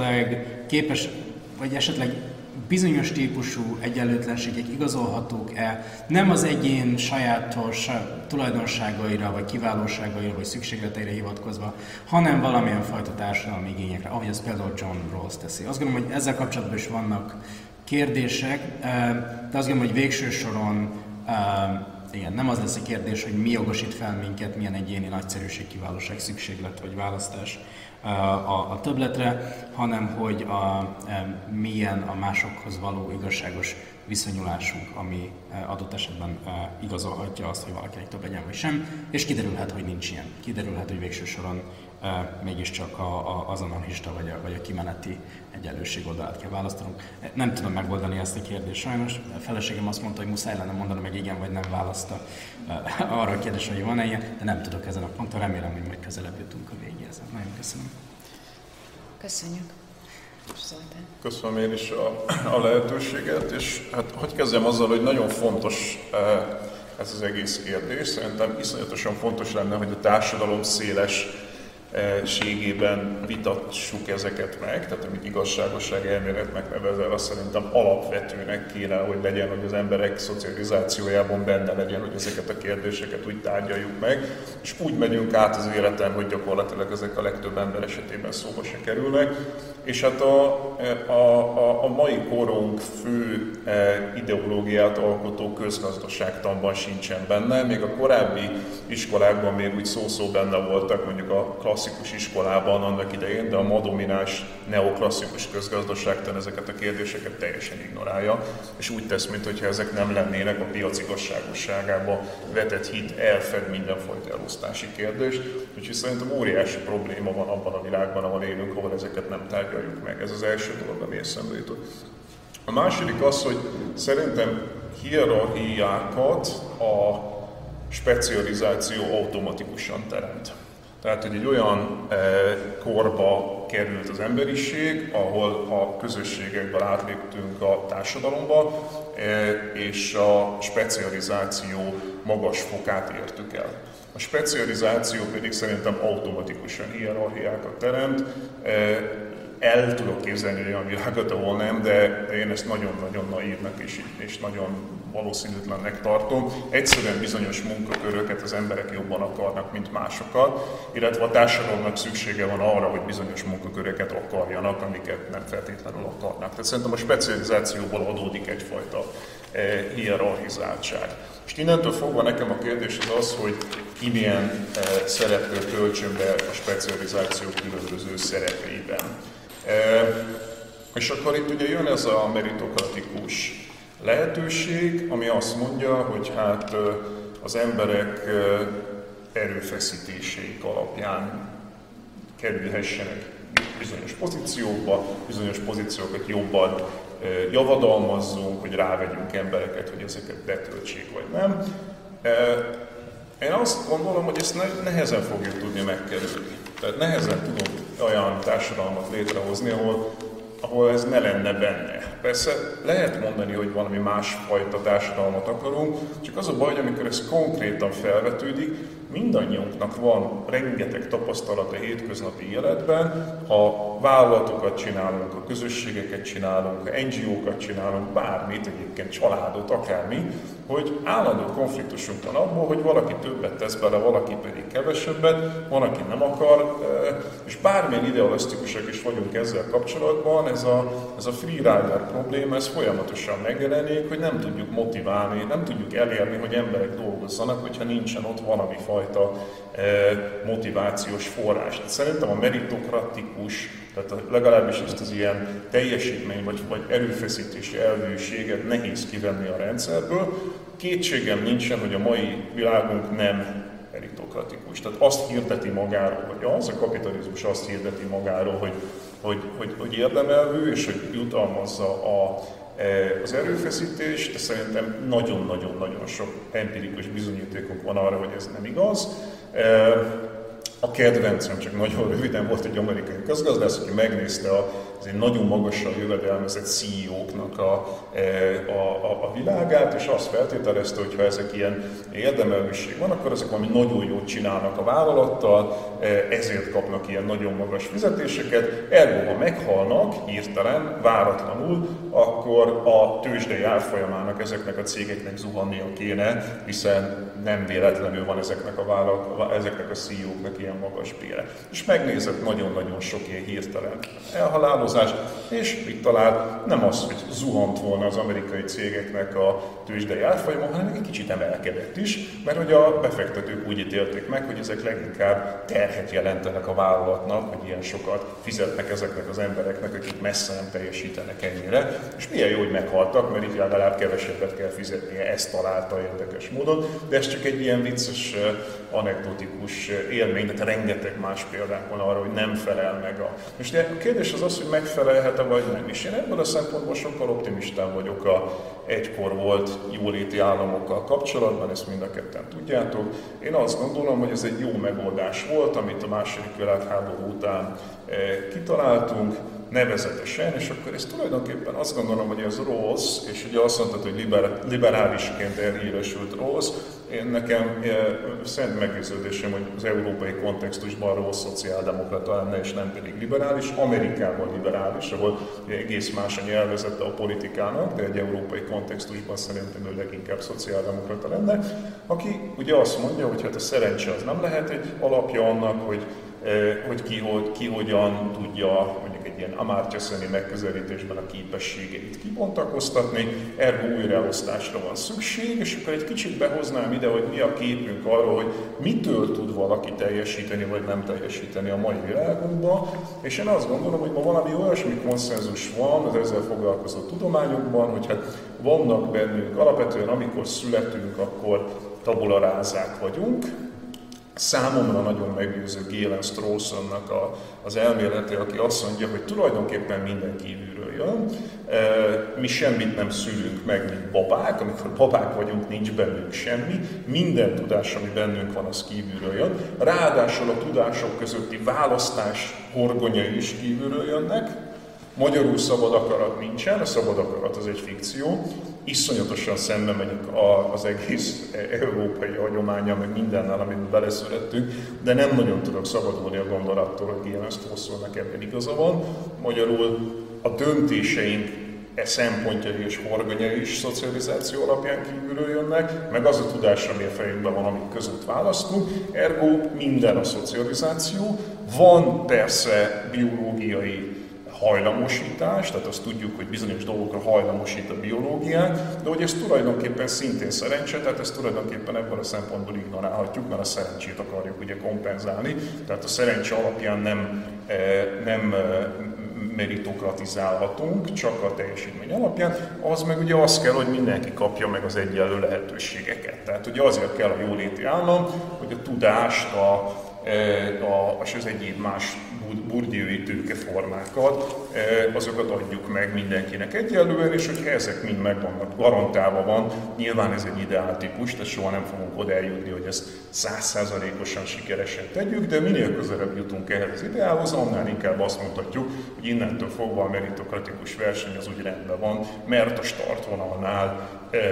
esetleg bizonyos típusú egyenlőtlenségek igazolhatók-e nem az egyén sajátos tulajdonságaira, vagy kiválóságaira, vagy szükségleteire hivatkozva, hanem valamilyen fajta társadalmi igényekre, ahogy ez például John Rawls teszi. Azt gondolom, hogy ezzel kapcsolatban is vannak kérdések, de azt gondolom, hogy végső soron igen, nem az lesz a kérdés, hogy mi jogosít fel minket, milyen egyéni nagyszerűség, kiválóság, szükséglet vagy választás a többletre, hanem hogy milyen a másokhoz való igazságos viszonyulásunk, ami adott esetben igazolhatja azt, hogy valakinek több legyen vagy sem, és kiderülhet, hogy nincs ilyen. Kiderülhet, hogy végső soron mégiscsak az anarchista vagy a kimeneti egyenlőség oldalát kell választanunk. Nem tudom megoldani ezt a kérdést sajnos. A feleségem azt mondta, hogy muszáj lenne mondanom meg igen vagy nem választa arra a kérdésre, hogy van-e ilyen, de nem tudok ezen a ponton. Remélem, hogy majd közelebb jutunk a végéhez. Nagyon köszönöm. Köszönjük. Zoltán. Köszönöm én is a lehetőséget, és hát hogy kezdjem azzal, hogy nagyon fontos ez az egész kérdés. Szerintem iszonyatosan fontos lenne, hogy a társadalom széles ségében vitassuk ezeket meg, tehát amit igazságosság elméletnek nevezel, azt szerintem alapvetőnek kéne, hogy legyen, hogy az emberek szocializációjában benne legyen, hogy ezeket a kérdéseket úgy tárgyaljuk meg, és úgy megyünk át az életen, hogy gyakorlatilag ezek a legtöbb ember esetében szóba se kerülnek. És hát a mai korunk fő ideológiát alkotó közgazdaságtanban sincsen benne, még a korábbi iskolákban még úgy szó-szó benne voltak, mondjuk a klasszikus iskolában annak idején, de a ma domináns neoklasszikus közgazdaságtan ezeket a kérdéseket teljesen ignorálja, és úgy tesz, mintha ezek nem lennének, a piac igazságosságába vetett hit elfed mindenfajta elosztási kérdést, úgyhogy szerintem óriási probléma van abban a világban, ahol élünk, ahol ezeket nem tárgyaljuk meg. Ez az első dolog, ami eszembe jutott. A második az, hogy szerintem hierarchiákat a specializáció automatikusan teremt. Tehát, hogy egy olyan korba került az emberiség, ahol a közösségekből átléptünk a társadalomba, és a specializáció magas fokát értük el. A specializáció pedig szerintem automatikusan hierarchiákat teremt. El tudok képzelni olyan világot, ahol nem, de én ezt nagyon-nagyon naívnak és nagyon valószínűtlennek tartom. Egyszerűen bizonyos munkaköröket az emberek jobban akarnak, mint másokat, illetve a társadalomnak szüksége van arra, hogy bizonyos munkaköröket akarjanak, amiket nem feltétlenül akarnak. Tehát szerintem a specializációból adódik egyfajta hierarchizáltság. És innentől fogva nekem a kérdés az, hogy ki milyen szerepről töltsön be a specializáció különböző szerepeiben. És akkor itt ugye jön ez a meritokratikus lehetőség, ami azt mondja, hogy hát az emberek erőfeszítéseik alapján kerülhessenek bizonyos pozíciókba, bizonyos pozíciókat jobban javadalmazzunk, hogy rávegyünk embereket, hogy ezeket betöltsék vagy nem. Én azt gondolom, hogy ezt nehezen fogjuk tudni megkerülni. Tehát nehezen tudunk olyan társadalmat létrehozni, ahol ez ne lenne benne. Persze lehet mondani, hogy valami másfajta társadalmat akarunk, csak az a baj, hogy amikor ez konkrétan felvetődik, mindannyiunknak van rengeteg tapasztalat a hétköznapi életben, ha vállalatokat csinálunk, a közösségeket csinálunk, a NGO-kat csinálunk, bármit, egyébként családot, akármi, hogy állandó konfliktusunk van abból, hogy valaki többet tesz bele, valaki pedig kevesebbet, van, aki nem akar, és bármilyen idealisztikusak is vagyunk ezzel kapcsolatban, ez a freerider probléma, ez folyamatosan megjelenik, hogy nem tudjuk motiválni, nem tudjuk elérni, hogy emberek dolgozzanak, hogyha nincsen ott valami fajta motivációs forrás. Szerintem a meritokratikus, tehát legalábbis ezt az ilyen teljesítmény vagy erőfeszítési elvűséget nehéz kivenni a rendszerből. Kétségem nincsen, hogy a mai világunk nem meritokratikus. Tehát azt hirdeti magáról, vagy az, a kapitalizmus azt hirdeti magáról, hogy érdemelvű, és hogy jutalmazza az erőfeszítést, de szerintem nagyon-nagyon-nagyon sok empirikus bizonyítékunk van arra, hogy ez nem igaz. A kedvencem, csak nagyon röviden, volt egy amerikai közgazdász, aki megnézte az egy nagyon magasan jövedelmezett CEO-knak a világát, és azt feltételezte, hogy ha ezek ilyen érdemelvűség van, akkor ezek valami nagyon jót csinálnak a vállalattal, ezért kapnak ilyen nagyon magas fizetéseket, ergo, ha meghalnak hirtelen, váratlanul, akkor a tőzsdei árfolyamának ezeknek a cégeknek zuhannia kéne, hiszen nem véletlenül van ezeknek a CEO-knak ilyen magas bére. És megnézett nagyon-nagyon sok ilyen hirtelen elhalálozás, és mit talál, nem az, hogy zuhant volna az amerikai cégeknek a tőzsdei árfolyama, hanem egy kicsit emelkedett is, mert hogy a befektetők úgy ítélték meg, hogy ezek leginkább terhet jelentenek a vállalatnak, hogy ilyen sokat fizetnek ezeknek az embereknek, akik messze nem teljesítenek ennyire, és milyen jó, hogy meghaltak, mert itt legalább kevesebbet kell fizetnie, ezt találta érdekes módon, de ez csak egy ilyen vicces, anekdotikus élmény, de rengeteg más példánk van arra, hogy nem felel meg a... És a kérdés az, hogy megfelelhet-e vagy nem. És én ebből a szempontból sokkal optimistán vagyok a egykor volt jóléti államokkal kapcsolatban, ezt mind a ketten tudjátok. Én azt gondolom, hogy ez egy jó megoldás volt, amit a II. Világháború után kitaláltunk, nevezetesen, és akkor ez tulajdonképpen azt gondolom, hogy ez rossz, és ugye azt mondtad, hogy liberálisként elhíresült rossz, Nekem szent meggyőződésem, hogy az európai kontextusban rossz szociáldemokrata lenne, és nem pedig liberális. Amerikában liberális, ahol egész más a nyelvezete a politikának, de egy európai kontextusban szerintem ő leginkább szociáldemokrata lenne, aki ugye azt mondja, hogy hát a szerencse az nem lehet egy alapja annak, hogy ki hogyan tudja mondjuk egy ilyen Amartya Seni megközelítésben a képességeit kibontakoztatni, ergo újraelosztásra van szükség, és akkor egy kicsit behoznám ide, hogy mi a képünk arról, hogy mitől tud valaki teljesíteni, vagy nem teljesíteni a mai világunkban, és én azt gondolom, hogy ma valami olyasmi konszenzus van az ezzel foglalkozó tudományokban, hogy hát vannak bennünk, alapvetően amikor születünk, akkor tabula rásák vagyunk. Számomra nagyon meggyőző Galen Strawsonnak az elmélete, aki azt mondja, hogy tulajdonképpen minden kívülről jön. Mi semmit nem szülünk meg, mint babák, amikor babák vagyunk, nincs bennünk semmi. Minden tudás, ami bennünk van, az kívülről jön. Ráadásul a tudások közötti választás horgonyai is kívülről jönnek. Magyarul szabad akarat nincsen, a szabad akarat az egy fikció. Iszonyatosan szembe megyünk az egész európai hagyománya, meg mindennel, amiben beleszülettünk, de nem nagyon tudok szabadulni a gondolattól, hogy Galen Strawsonnak ebben igaza van. Magyarul a döntéseink szempontjai és horgonyai is szocializáció alapján kívülről jönnek, meg az a tudás, ami a fejünkben van, amik között választunk, ergo minden a szocializáció. Van persze biológiai hajlamosítás, tehát azt tudjuk, hogy bizonyos dolgokra hajlamosít a biológiát, de hogy ez tulajdonképpen szintén szerencse, tehát ezt tulajdonképpen ebből a szempontból ignorálhatjuk, mert a szerencsét akarjuk ugye kompenzálni, tehát a szerencse alapján nem meritokratizálhatunk, csak a teljesítmény alapján, az meg ugye az kell, hogy mindenki kapja meg az egyenlő lehetőségeket. Tehát ugye azért kell a jóléti állam, hogy a tudást, és az egyéb más bourdieu'i tőkeformákat, azokat adjuk meg mindenkinek egyenlően, és hogyha ezek mind megvannak, garantálva van, nyilván ez egy ideáltípus, tehát soha nem fogunk oda eljutni, hogy ezt 100%-osan sikeresen tegyük, de minél közelebb jutunk ehhez az ideálhoz, annál inkább azt mondhatjuk, hogy innentől fogva a meritokratikus verseny az úgy rendben van, mert a startvonalnál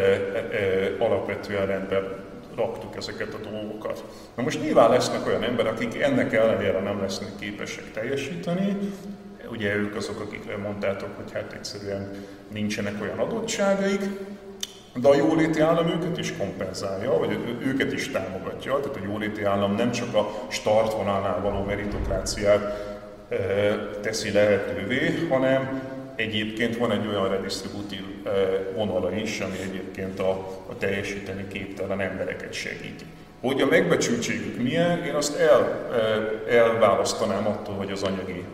alapvetően rendben raktuk ezeket a dolgokat. Na most nyilván lesznek olyan emberek, akik ennek ellenére nem lesznek képesek teljesíteni, ugye ők azok, akikre mondtátok, hogy hát egyszerűen nincsenek olyan adottságaik, de a jóléti állam őket is kompenzálja, vagy őket is támogatja, tehát a jóléti állam nem csak a startvonalnál való meritokráciát teszi lehetővé, hanem egyébként van egy olyan redisztributív vonala is, ami egyébként a teljesíteni képtelen embereket segíti. Hogy a megbecsültségük milyen, én azt elválasztanám attól, hogy az anyagi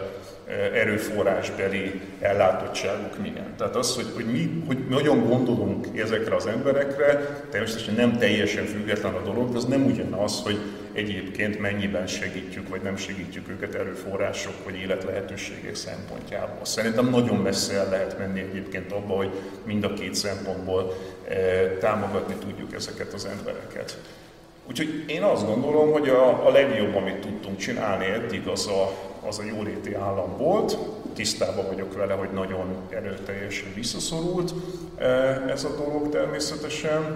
erőforrásbeli ellátottságuk milyen. Tehát az, hogy mi nagyon gondolunk ezekre az emberekre, természetesen nem teljesen független a dolog, de az nem ugyanaz, hogy egyébként mennyiben segítjük, vagy nem segítjük őket erőforrások, vagy életlehetőségek szempontjából. Szerintem nagyon messze el lehet menni egyébként abba, hogy mind a két szempontból támogatni tudjuk ezeket az embereket. Úgyhogy én azt gondolom, hogy a legjobb, amit tudtunk csinálni eddig, az a jóléti állam volt. Tisztában vagyok vele, hogy nagyon erőteljesen visszaszorult ez a dolog természetesen,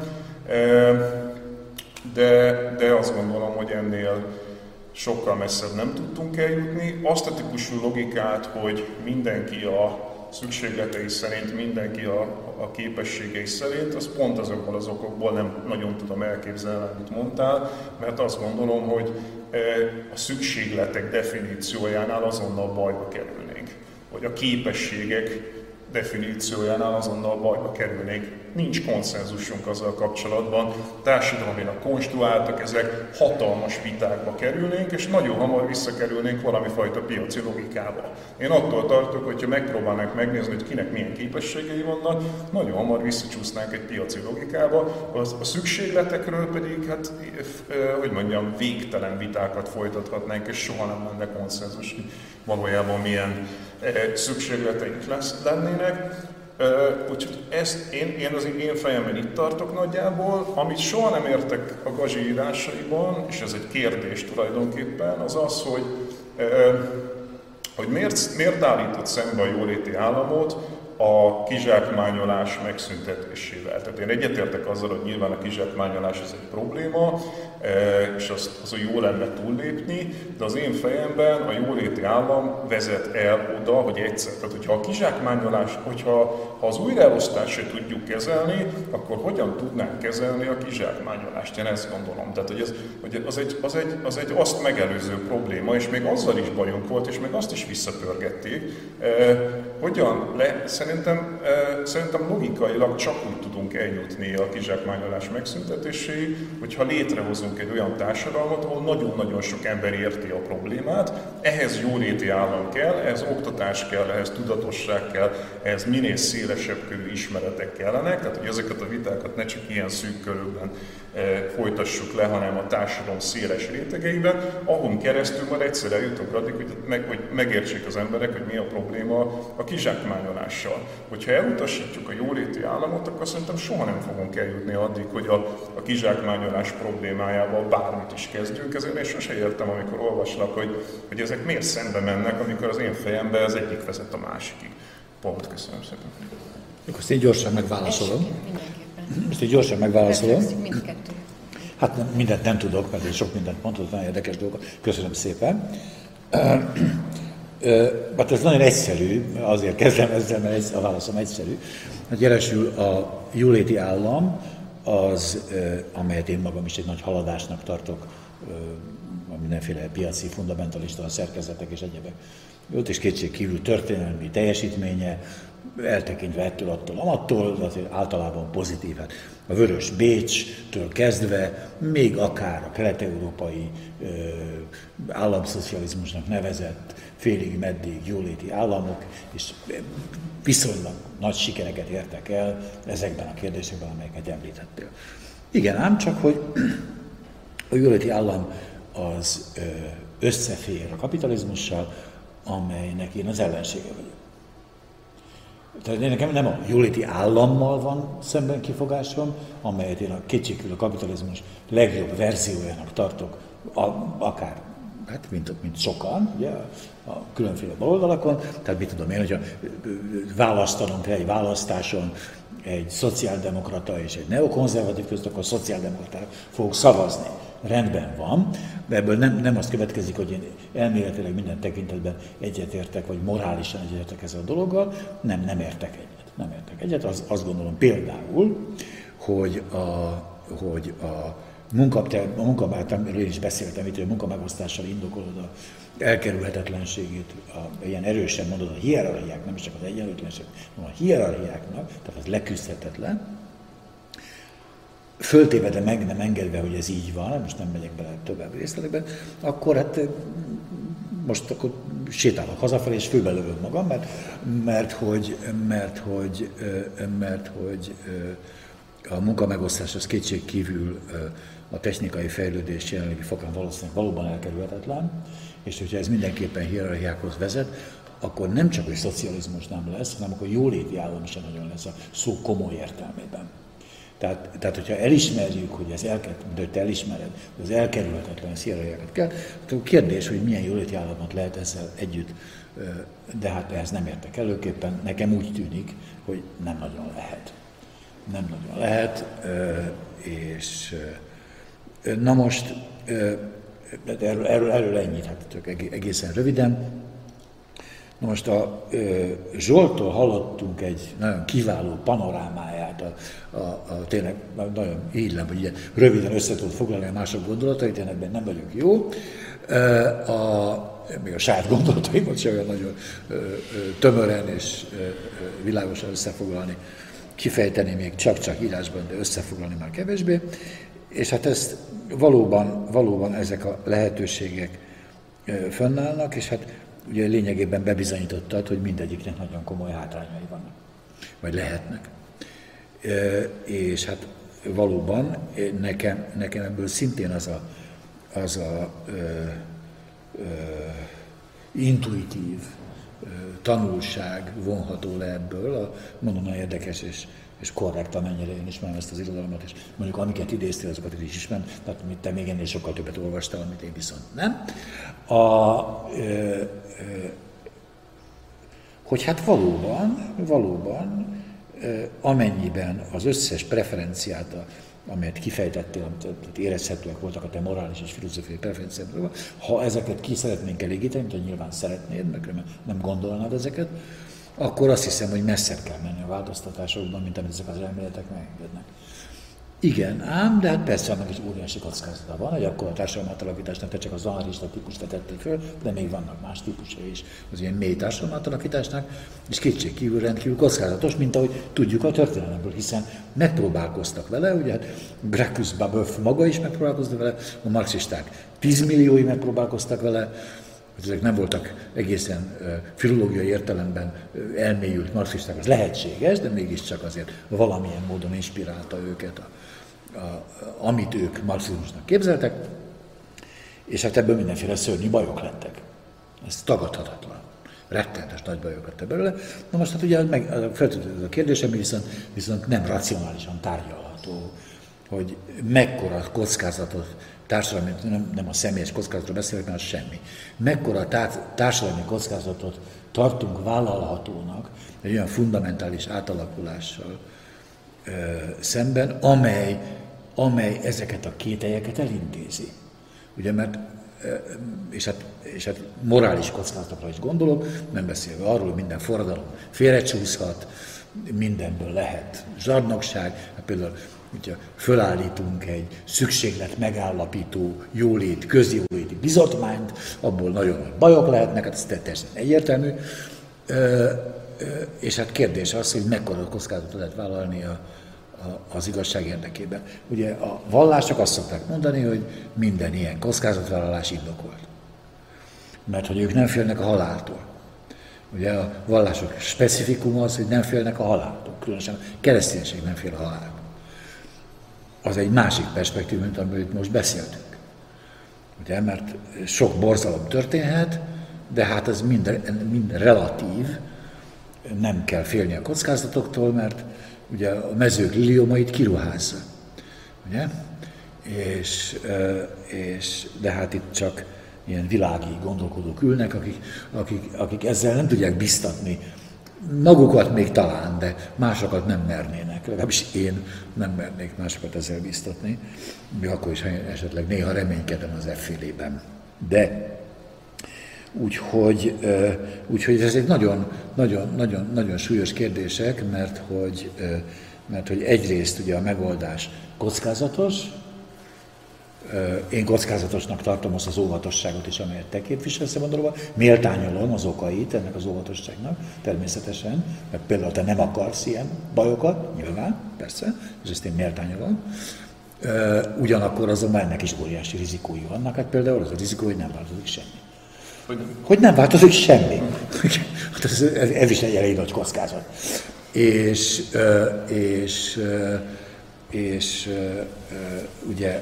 de azt gondolom, hogy ennél sokkal messzebb nem tudtunk eljutni. Azt a típusú logikát, hogy mindenki a szükségletei szerint, mindenki a képességei szerint, az pont azokból az okokból nem nagyon tudom elképzelni, amit mondtál, mert azt gondolom, hogy a szükségletek definíciójánál azonnal bajba kerülnénk, vagy a képességek definíciójánál azonnal bajba kerülnénk. Nincs konszenzusunk azzal kapcsolatban, társadalmilag konstruáltak, ezek hatalmas vitákba kerülnénk, és nagyon hamar visszakerülnénk valami fajta piaci logikába. Én attól tartok, hogyha megpróbálnánk megnézni, hogy kinek milyen képességei vannak, nagyon hamar visszacsúsznánk egy piaci logikába, a szükségletekről pedig, hát, hogy mondjam, végtelen vitákat folytathatnánk, és soha nem lenne konszenzus, hogy valójában milyen szükségleteink lennének. Úgyhogy ezt én az én fejemben itt tartok nagyjából. Amit soha nem értek a Gazi írásaiban, és ez egy kérdés tulajdonképpen, az az, hogy miért állított szembe a jóléti államot a kizsákmányolás megszüntetésével. Tehát én egyetértek azzal, hogy nyilván a kizsákmányolás ez egy probléma, és azon jó lenne túllépni, de az én fejemben a jóléti állam vezet el oda, hogy egyszer. Tehát, hogyha a kizsákmányolás, hogyha az újraelosztást se tudjuk kezelni, akkor hogyan tudnánk kezelni a kizsákmányolást? Én ezt gondolom. Tehát, hogy az egy azt megelőző probléma, és még azzal is bajunk volt, és még azt is visszapörgették. Szerintem logikailag csak úgy tudunk eljutni a kizsákmányolás megszüntetéséig, hogyha létrehozunk egy olyan társadalmat, ahol nagyon-nagyon sok ember érti a problémát, ehhez jóléti állam kell, ehhez oktatás kell, ehhez tudatosság kell, ehhez minél szélesebb körű ismeretek kellenek, tehát hogy ezeket a vitákat ne csak ilyen szűk körülben folytassuk le, hanem a társadalom széles rétegeiben, ahon keresztül majd egyszer eljutunk addig, hogy megértsék az emberek, hogy mi a probléma a kizsákmányolással. Hogyha elutasítjuk a jóléti államot, akkor szerintem soha nem fogunk eljutni addig, hogy a kizsákmányolás problémájával bármit is kezdjünk. Ezért én sose értem, amikor olvaslak, hogy ezek miért szembe mennek, amikor az én fejemben az egyik vezet a másikig. Pont, köszönöm szépen. Akkor ezt én gyorsan megválaszolom. Ezt így gyorsan megválaszolom. Hát mindent nem tudok, mert én sok mindent mondtam, nagyon érdekes dolgok. Köszönöm szépen. Hát ez nagyon egyszerű, azért kezdem ezzel, mert a válaszom egyszerű. Hát jelesül a jóléti állam, amelyet én magam is egy nagy haladásnak tartok, mindenféle piaci, fundamentalista szerkezetek és egyebek. Ott is kétség kívül történelmi teljesítménye, eltekintve ettől, attól, amattól, azért általában pozitív. Hát a Vörös Bécstől kezdve, még akár a kelet-európai államszocializmusnak nevezett félig meddig jóléti államok, és viszonylag nagy sikereket értek el ezekben a kérdésekben, amelyeket említettél. Igen, ám csak, hogy a jóléti állam az összefér a kapitalizmussal, amelynek én az ellensége vagyok. Tehát nekem nem a jóléti állammal van szemben kifogásom, amelyet én kétségkívül a kapitalizmus legjobb verziójának tartok, akár, hát mint sokan, ugye, a különféle baloldalakon. Tehát mit tudom én, hogyha választanunk kell egy választáson egy szociáldemokrata és egy neokonzervatív között, akkor szociáldemokratára fogok szavazni. Rendben van, de ebből nem azt következik, hogy én elméletileg minden tekintetben egyetértek, vagy morálisan egyetértek ezzel a dologgal. Nem értek egyet. Nem értek egyet. Azt gondolom például, hogy a munkabártamról én is beszéltem itt, hogy a munkamegosztással indokolod a elkerülhetetlenségét, ilyen erősen mondod a hierarchiák, nem is csak az egyenlőtlenség, hanem a hierarchiáknak, tehát az leküzdhetetlen. Föltéve, de meg nem engedve, hogy ez így van, most nem megyek bele tovább részletekben, akkor hát most akkor sétálok hazafelé, és főbelövöm magam, mert hogy a munkamegosztás az kétség kívül a technikai fejlődés jelenlegi fokán valószínűleg valóban elkerülhetetlen, és hogyha ez mindenképpen hierarchiákhoz vezet, akkor nem csak, hogy szocializmus nem lesz, hanem akkor jóléti állam sem nagyon lesz a szó komoly értelmében. Tehát hogyha elismerjük, hogy te elismered, hogy az elkerülhetetlen hierarchiákat kell, akkor kérdés, hogy milyen jóléti államot lehet ezzel együtt, de hát ehhez nem értek előképpen. Nekem úgy tűnik, hogy nem nagyon lehet. Nem nagyon lehet, és na most, erről ennyit, hát csak egészen röviden. Na most a Zsolttól hallottunk egy nagyon kiváló panorámáját, tényleg nagyon illem, hogy ilyen röviden össze tudod foglalni a mások gondolatait, én ebben nem vagyok jó. Még a saját gondolataimat sem olyan nagyon tömören és világosan összefoglalni, kifejteni még csak írásban, de összefoglalni már kevésbé. És hát ezt valóban ezek a lehetőségek fönnállnak, és hát ugye lényegében bebizonyítottad, hogy mindegyiknek nagyon komoly hátrányai vannak, vagy lehetnek. És hát valóban nekem ebből szintén az a intuitív tanulság vonható le ebből, mondom, nagyon érdekes és korrekt, amennyire én ismerem ezt az irodalmat, és mondjuk amiket idéztél, azokat is ismerem, tehát te még ennél sokkal többet olvastál, amit én viszont nem. hogy hát valóban amennyiben az összes preferenciát, amelyet kifejtettél, amit érezhetőek voltak a te morális és filozófiai preferenciákról, ha ezeket ki szeretnénk elégíteni, hogy nyilván szeretnéd, mert nem gondolnád ezeket, akkor azt hiszem, hogy messzebb kell menni a változtatásokban, mint amit ezek az elméletek megengednek. Igen, ám, de hát persze annak is óriási kockázata van, hogy akkor a társadalmi átalakításnak te csak az anarchista típust vetettél föl, de még vannak más típusai is az ilyen mély társadalmi átalakításnak, és kétségkívül rendkívül kockázatos, mint ahogy tudjuk a történelemből, hiszen megpróbálkoztak vele, ugye hát Gracchus Babeuf maga is megpróbálkoztak vele, a marxisták 10 milliói megpróbálkoztak vele, ezek nem voltak egészen filológiai értelemben elmélyült marxisták, az lehetséges, de mégiscsak azért valamilyen módon inspirálta őket, amit ők marxizmusnak képzeltek, és hát ebből mindenféle szörnyű bajok lettek. Ez tagadhatatlan. Rettenetes nagy bajok lettek belőle. Na most hát ugye feltűnt a kérdés, ami viszont nem racionálisan tárgyalható, hogy mekkora kockázatot társadalmi, nem a személyes kockázatról beszélek, mert az semmi. Mekkora társadalmi kockázatot tartunk vállalhatónak egy olyan fundamentális átalakulással szemben, amely ezeket a kételyeket elintézi. Ugye, mert, és hát morális kockázatokra is gondolok, nem beszélve arról, hogy minden forradalom félrecsúszhat, mindenből lehet zsarnokság, hát például hogyha fölállítunk egy szükséglet megállapító közjóléti bizottmányt, abból nagyon nagy bajok lehetnek, hát ez teljesen egyértelmű, és hát kérdés az, hogy mekkora kockázatot lehet vállalni az igazság érdekében. Ugye a vallások azt szokták mondani, hogy minden ilyen kockázatvállalás indokolt. Mert hogy ők nem félnek a haláltól. Ugye a vallások specifikuma az, hogy nem félnek a haláltól. Különösen a kereszténység nem fél a haláltól. Az egy másik perspektív, mint amiről most beszéltünk. Ugye, mert sok borzalom történhet, de hát ez mind relatív, nem kell félni a kockázatoktól, mert ugye a mezők liliomait kiruházza. Ugye? De hát itt csak ilyen világi gondolkodók ülnek, akik ezzel nem tudják biztatni. Magukat még talán, de másokat nem mernének. Legalábbis én nem mernék másokat ezzel biztatni, még akkor is, ha esetleg néha reménykedem az effélében. De úgyhogy ez egy nagyon súlyos kérdések, mert hogy egyrészt ugye a megoldás kockázatos, én kockázatosnak tartom azt az óvatosságot is, amelyet te képviselsz a gondolóban. Méltányolom az okait ennek az óvatosságnak, természetesen, mert például te nem akarsz ilyen bajokat, nyilván, persze, és ezt én méltányolom. Ugyanakkor azonban ennek is óriási rizikói vannak, hát például az a rizikó, hogy nem változik semmi. Hogy nem változik semmi. Ez is egy elég nagy kockázat. És ugye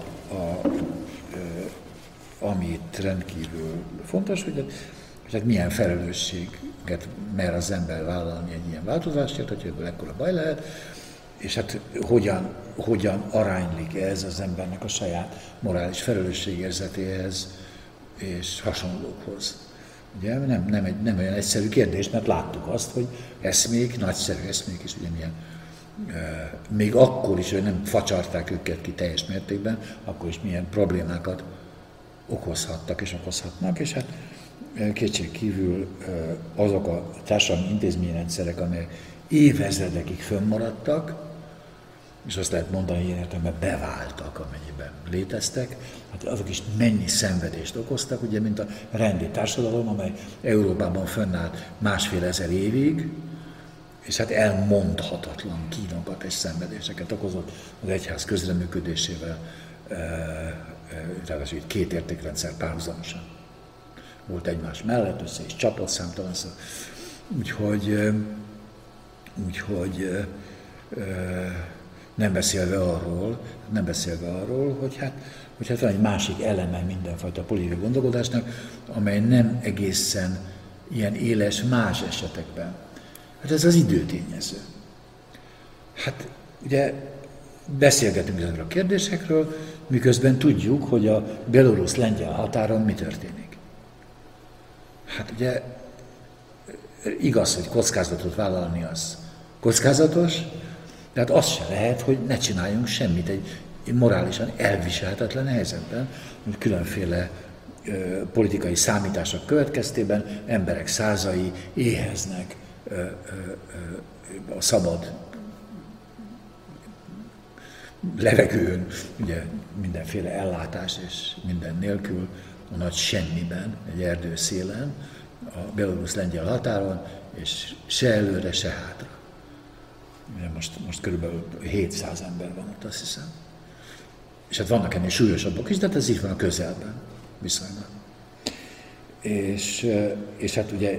amit rendkívül fontos, hogy hát milyen felelősséget mer az ember vállalni egy ilyen változásért, hogy ebből ekkora baj lehet, és hát hogyan aránylik ez az embernek a saját morális felelősségérzetéhez és hasonlókhoz. Ugye nem olyan egyszerű kérdés, mert láttuk azt, hogy nagyszerű eszmék is ugye milyen még akkor is, hogy nem facsarták őket ki teljes mértékben, akkor is milyen problémákat okozhattak és okozhatnak, és hát kétségkívül azok a társadalmi intézményrendszerek, amelyek évezredekig fönnmaradtak, és azt lehet mondani, hogy ilyen értelemben beváltak, amennyiben léteztek, hát azok is mennyi szenvedést okoztak, ugye, mint a rendi társadalom, amely Európában fönnállt 1500 évig, és hát elmondhatatlan kínokat és szenvedéseket okozott az egyház közreműködésével, ráadásul itt két értékrendszer párhuzamosan volt egymás mellett, össze is csapott számtalanszor. Úgyhogy nem beszélve arról, hogy hát van egy másik eleme mindenfajta politikai gondolkodásnak, amely nem egészen ilyen éles más esetekben. Hát ez az időtényező. Hát ugye beszélgetünk ezekről a kérdésekről, miközben tudjuk, hogy a belorusz-lengyel határon mi történik. Hát ugye igaz, hogy kockázatot vállalni az kockázatos, de hát az se lehet, hogy ne csináljunk semmit egy morálisan elviselhetetlen helyzetben, hogy különféle politikai számítások következtében emberek százai éheznek a szabad levegőn, ugye mindenféle ellátás és minden nélkül, a nagy semmiben, egy erdőszélen, a belorusz-lengyel határon, és se előre, se hátra. Most körülbelül 700 ember van ott, azt hiszem. És hát vannak ennél súlyosabbak is, de hát ez így van a közelben, viszonylag. És hát ugye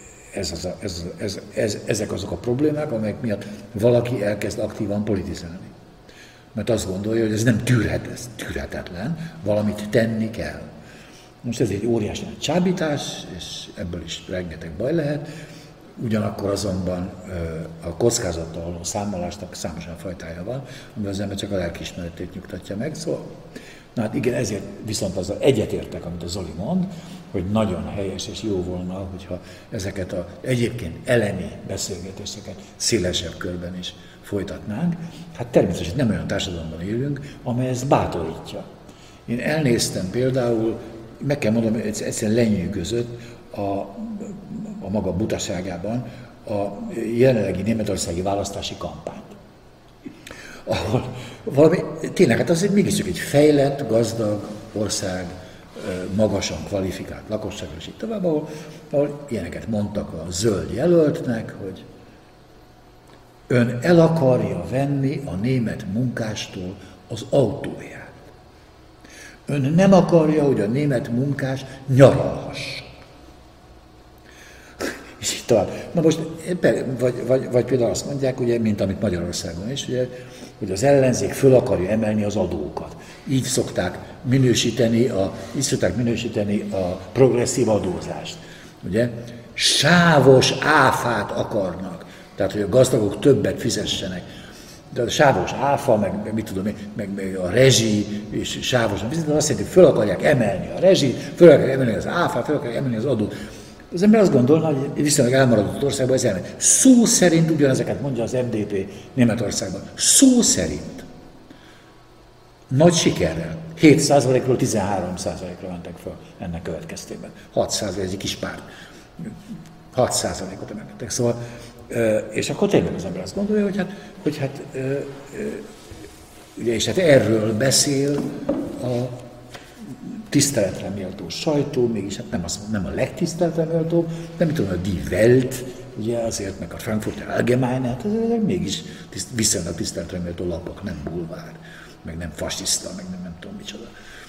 ezek azok a problémák, amelyek miatt valaki elkezd aktívan politizálni. Mert azt gondolja, hogy ez nem tűrhetetlen, valamit tenni kell. Most ez egy óriási csábítás, és ebből is rengeteg baj lehet, ugyanakkor azonban a kockázattal való számolásnak számosan fajtája van, amivel az ember csak a lelkiismeretét nyugtatja meg. Szóval, na hát igen, ezért viszont azzal egyetértek, amit a Zoli mond, hogy nagyon helyes és jó volna, hogyha ezeket az egyébként elemi beszélgetéseket szélesebb körben is folytatnánk. Hát természetesen nem olyan társadalomban élünk, amely ezt bátorítja. Én elnéztem például, meg kell mondanom, hogy egyszerűen lenyűgözött a maga butaságában a jelenlegi németországi választási kampányt. Ahol valami, tényleg, hát azért mégiscsak egy fejlett, gazdag ország, magasan kvalifikált lakosságra, és így tovább, ahol ilyeneket mondtak a zöld jelöltnek, hogy ön el akarja venni a német munkástól az autóját. Ön nem akarja, hogy a német munkás nyaralhasson. És így tovább. Na most, vagy például azt mondják, ugye, mint amit Magyarországon is, ugye, hogy az ellenzék föl akarja emelni az adókat. Így szokták minősíteni a progresszív adózást. Ugye? Sávos áfát akarnak. Tehát, hogy a gazdagok többet fizessenek. De a sávos áfa, meg mit tudom én, meg a rezsi, és sávosan fizetnek, azt jelenti, hogy föl akarják emelni a rezsit, föl akarják emelni az áfát, föl akarják emelni az adót. Az ember azt gondolna, hogy viszonylag elmaradott országban ez elmegy. Szó szerint ugyanezeket mondja az MDP Németországban. Szó szerint. Nagy sikerrel. 7%-ról 13%-ra mentek fel ennek következtében. 6%, ez egy kis párt. 6%-ot emelkedtek. Szóval, és akkor tényleg az ember azt gondolja, hogy hát ugye, és hát erről beszél a tiszteletre méltó sajtó, mégis hát nem a legtiszteletre méltó, nem tudom, a Die Welt, ugye azért, meg a Frankfurter Allgemeine, hát ezek mégis viszonylag tiszteletre méltó lapok, nem bulvár, meg nem fasiszta, meg nem tudom micsoda.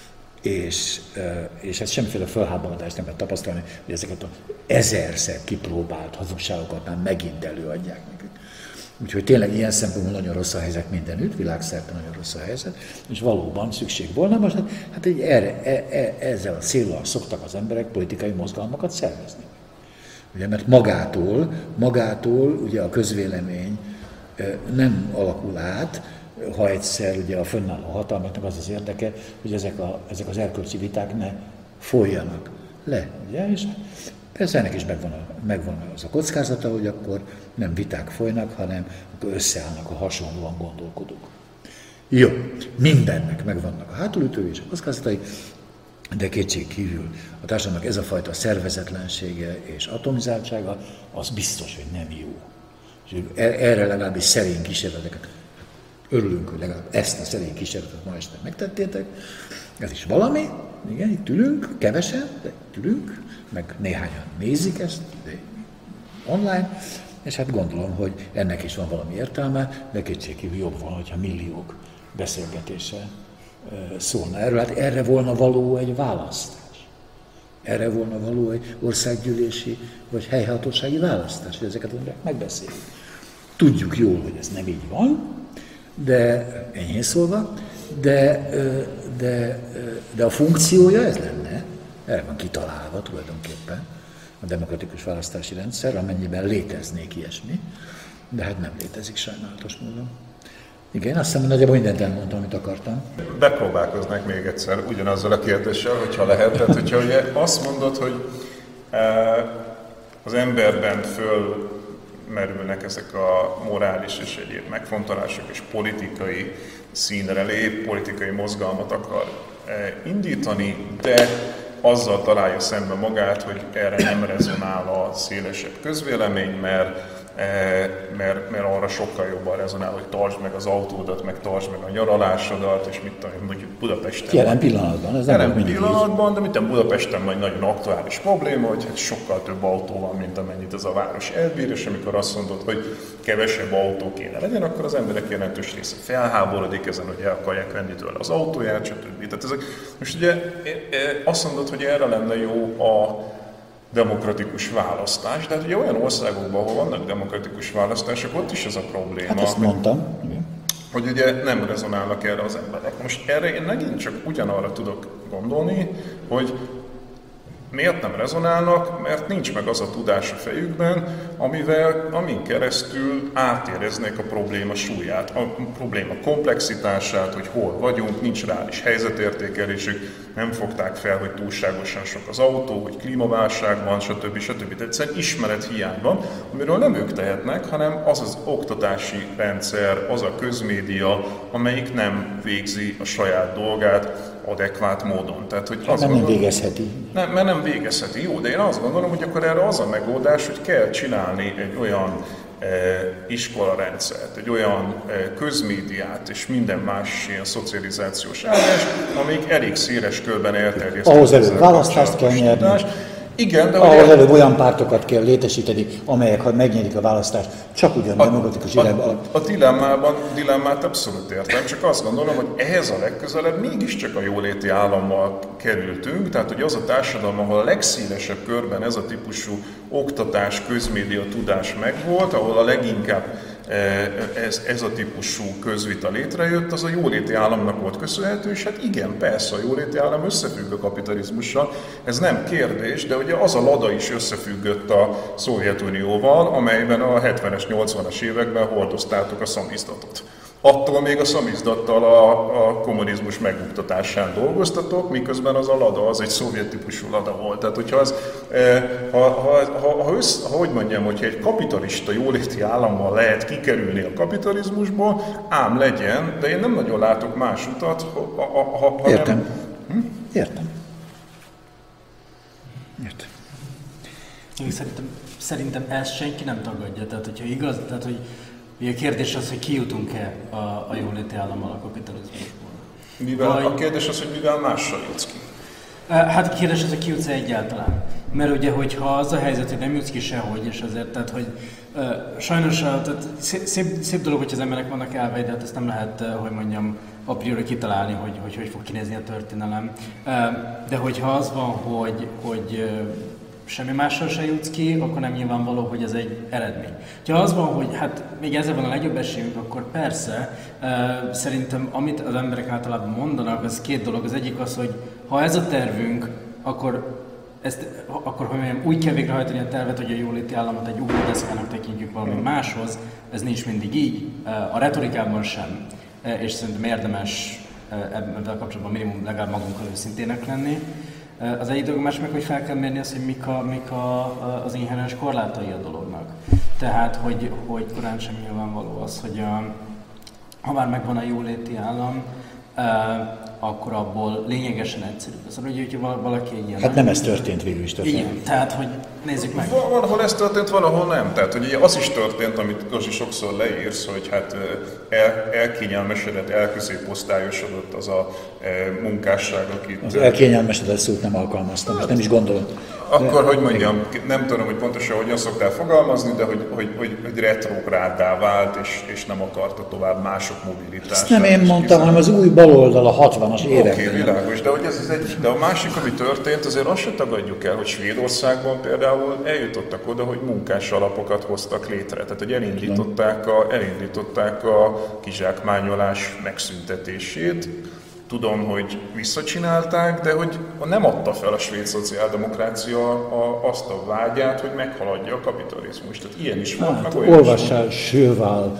És hát semmiféle felháborodást nem lehet tapasztalni, hogy ezeket a ezerszer kipróbált hazugságokat már megint előadják nekik. Úgyhogy tényleg ilyen szempontból nagyon rossz a helyzet mindenütt, világszerte nagyon rossz a helyzet, és valóban szükség volna. Most hát ezzel a céllal szoktak az emberek politikai mozgalmakat szervezni. Ugye, mert magától ugye a közvélemény nem alakul át, ha egyszer ugye a fönnálló hatalmaknak az az érdeke, hogy ezek az erkölcsi viták ne folyjanak le. Ugye? És persze ennek is megvan az a kockázata, hogy akkor nem viták folynak, hanem akkor összeállnak a hasonlóan gondolkodók. Jó, mindennek megvannak a hátulütői és a kockázatai, de kétségkívül a társadalomnak ez a fajta szervezetlensége és atomizáltsága, az biztos, hogy nem jó. És erre legalábbis szerény kísérleteket. Örülünk, hogy legalább ezt a szerény kísérletet ma este megtettétek. Ez is valami, igen, itt ülünk, kevesen, de ülünk, meg néhányan nézik ezt de online, és hát gondolom, hogy ennek is van valami értelme, de kétségkívül jobb volna, hogyha milliók beszélgetése szólna erről. Hát erre volna való egy választás. Erre volna való egy országgyűlési vagy helyhatósági választás, hogy ezeket megbeszéljük. Tudjuk jól, hogy ez nem így van, de enyhén szólva, de a funkciója ez lenne, erre van kitalálva tulajdonképpen a demokratikus választási rendszer, amennyiben léteznék ilyesmi, de hát nem létezik sajnálatos módon. Igen, azt hiszem, nagyjából mindent elmondtam, amit akartam. Bepróbálkoznak még egyszer ugyanazzal a kérdéssel, hogyha lehet. Tehát, hogyha ugye azt mondod, hogy az emberben fölmerülnek ezek a morális és egyéb megfontolások, és politikai színre lép, politikai mozgalmat akar indítani, de azzal találja szembe magát, hogy erre nem rezonál a szélesebb közvélemény, mert arra sokkal jobban rezonál, hogy tartsd meg az autódat, meg tartsd meg a nyaralásodat, és mit tudom, mondjuk Budapesten. Jelen pillanatban, ez nem pillanatban, de mint Budapesten vagy nagyon aktuális probléma, hogy hát sokkal több autó van, mint amennyit ez a város elbír, és amikor azt mondod, hogy kevesebb autó kéne legyen, akkor az emberek jelentős része felháborodik ezen, hogy el akarják venni tőle az autóját, stb. Tehát ezek, most ugye azt mondod, hogy erre lenne jó a demokratikus választás, de hát ugye olyan országokban, ahol vannak demokratikus választások, ott is ez a probléma. Hát ezt mondtam. Hogy ugye nem rezonálnak erre az emberek. Most erre én megint csak ugyanarra tudok gondolni, hogy miért nem rezonálnak, mert nincs meg az a tudás a fejükben, amin keresztül átéreznék a probléma súlyát, a probléma komplexitását, hogy hol vagyunk, nincs reális helyzetértékelésük, nem fogták fel, hogy túlságosan sok az autó, hogy klímaválság van, stb. Tehát egyszerűen ismerethiány van, amiről nem ők tehetnek, hanem az az oktatási rendszer, az a közmédia, amelyik nem végzi a saját dolgát adekvát módon. Tehát, hogy nem végezheti. Mert nem végezheti. Jó, de én azt gondolom, hogy akkor erre az a megoldás, hogy kell csinálni egy olyan iskolarendszert, egy olyan közmédiát és minden más ilyen szocializációs állást, amelyik elég széles körben elterjesztett. Ahhoz előbb választást kell nyerni. Igen, de ahhoz előbb olyan pártokat kell létesíteni, amelyek, ha megnyerik a választást, csak ugyan demokratikus irányban. A dilemmát abszolút értem, csak azt gondolom, hogy ehhez a legközelebb mégiscsak a jóléti állammal kerültünk, tehát hogy az a társadalom, ahol a legszélesebb körben ez a típusú oktatás, közmédia, tudás megvolt, ahol a leginkább ez a típusú közvita létrejött, az a jóléti államnak volt köszönhető, és hát igen, persze a jóléti állam összefügg a kapitalizmussal, ez nem kérdés, de ugye az a Lada is összefüggött a Szovjetunióval, amelyben a 70-es, 80-as években hordoztátok a szamizdatot. Attól még a szamizdattal a kommunizmus megbuktatásán dolgoztatok, miközben az a Lada, az egy szovjet típusú Lada volt. Tehát, hogyha az, hogy mondjam, hogyha egy kapitalista jóléti állammal lehet kikerülni a kapitalizmusból, ám legyen, de én nem nagyon látok más utat, Értem. Értem. Szerintem ezt senki nem tagadja. Tehát, hogyha igaz, tehát, hogy a kérdés az, hogy kijutunk-e a jóléti állammal a kapitalizmusból. A kérdés az, hogy mivel mással jutsz ki. Hát a kérdés az, hogy kijutsz-e egyáltalán. Mert ugye, hogyha az a helyzet, hogy nem jutsz ki sehogy, és azért, tehát, hogy sajnos tehát szép dolog, hogy az emberek vannak elvei, de hát ezt nem lehet, hogy mondjam, a priori kitalálni, hogy fog kinézni a történelem. De hogyha az van, hogy semmi mással se jutsz ki, akkor nem nyilvánvaló, hogy ez egy eredmény. Ha az van, hogy hát még ezzel van a legjobb esélyünk, akkor persze, szerintem amit az emberek általában mondanak, az két dolog. Az egyik az, hogy ha ez a tervünk, akkor hogy mondjam, úgy kell végrehajtani a tervet, hogy a jóléti államot egy ugródeszkának tekintjük valami máshoz, ez nincs mindig így, a retorikában sem, és szerintem érdemes ebben kapcsolatban minimum legalább magunkkal őszintének lenni. Az egyik dolog, más meg, hogy fel kell mérni azt, hogy mik az inherens korlátai a dolognak. Tehát, hogy korán sem nyilvánvaló az, hogy ha már megvan a jóléti állam, akkor abból lényegesen egyszerűbb. Szóval, hogyha valaki egy ilyen... Hát nem ez történt, végül is történt. Igen, tehát, hogy nézzük meg. Van, ahol ez történt, van, ahol nem. Tehát, hogy az is történt, amit Gazi sokszor leírsz, hogy hát elkényelmesedett, elközéposztályosodott az a munkásság, akit... Az elkényelmesedett szót nem alkalmaztam, és nem is gondolom. Akkor, hogy mondjam, nem tudom, hogy pontosan hogyan szoktál fogalmazni, de hogy retrográddá vált, és nem akarta tovább mások mobilitását. Ezt nem én mondtam, hanem az új baloldal a 60-as években. Oké, világos, de hogy ez egy... De a másik, ami történt, azért azt se tagadjuk el, hogy Svédországban például eljutottak oda, hogy munkás alapokat hoztak létre. Tehát, hogy elindították a kizsákmányolás megszüntetését. Tudom, hogy visszacsinálták, de hogy nem adta fel a svéd szociáldemokrácia azt a vágyát, hogy meghaladja a kapitalizmust. Tehát ilyen is volt, meg olyan olvassál Sjöwall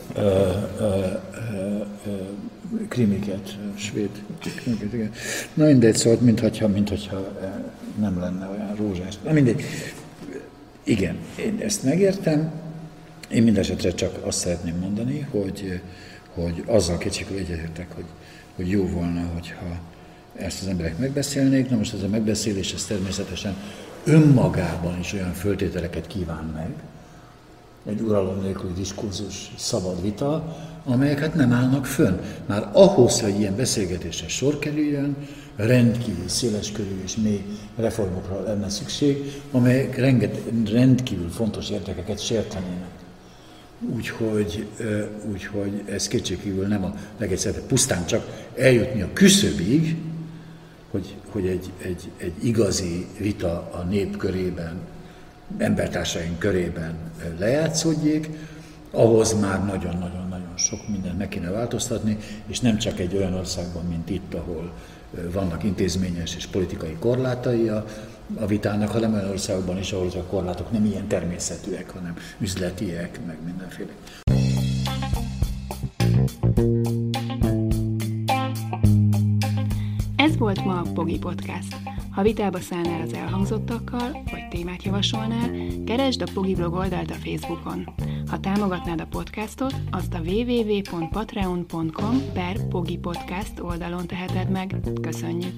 krimiket, svéd krimiket, igen. Na mindegy, szóval, minthogyha nem lenne olyan rózsás. Na mindegy. Igen, én ezt megértem. Én mindesetre csak azt szeretném mondani, hogy azzal kétségül egyetértek, hogy jó volna, hogyha ezt az emberek megbeszélnék. Na most ez a megbeszélés, ez természetesen önmagában is olyan föltételeket kíván meg, egy uralom nélküli diskurzus, szabad vita, amelyek hát nem állnak fönn. Már ahhoz, hogy ilyen beszélgetésre sor kerüljön, rendkívül széleskörű és mély reformokra lenne szükség, amelyek rendkívül fontos érdekeket sértenének. Úgyhogy ez kétségkívül nem a legegyszerűbb, pusztán csak eljutni a küszöbig, hogy egy igazi vita a nép körében, embertársaink körében lejátszódjék, ahhoz már nagyon-nagyon-nagyon sok mindent meg kéne változtatni, és nem csak egy olyan országban, mint itt, ahol vannak intézményes és politikai korlátai a vitának, hanem olyan országban is, ahol a korlátok nem ilyen természetűek, hanem üzletiek, meg mindenféle. Ez volt ma a Pogi Podcast. Ha vitába szállnál az elhangzottakkal, vagy témát javasolnál, keresd a Pogi blog oldalt a Facebookon. Ha támogatnád a podcastot, azt a www.patreon.com/pogipodcast oldalon teheted meg. Köszönjük!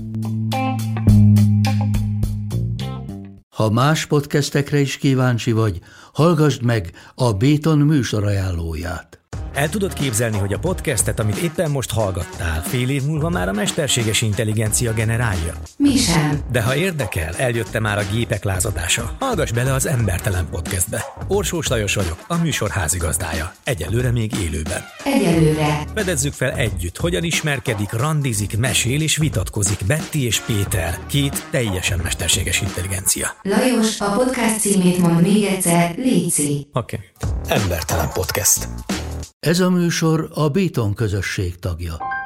Ha más podcastekre is kíváncsi vagy, hallgassd meg a Béton műsor ajánlóját. El tudod képzelni, hogy a podcastet, amit éppen most hallgattál, fél év múlva már a mesterséges intelligencia generálja? Mi sem. De ha érdekel, eljött már a gépek lázadása. Hallgass bele az Embertelen Podcastbe. Orsós Lajos vagyok, a műsor házigazdája. Egyelőre még élőben. Egyelőre. Fedezzük fel együtt, hogyan ismerkedik, randizik, mesél és vitatkozik Betty és Péter, két teljesen mesterséges intelligencia. Lajos, a podcast címét mond még egyszer, léci. Oké. Embertelen Podcast. Ez a műsor a Béton közösség tagja.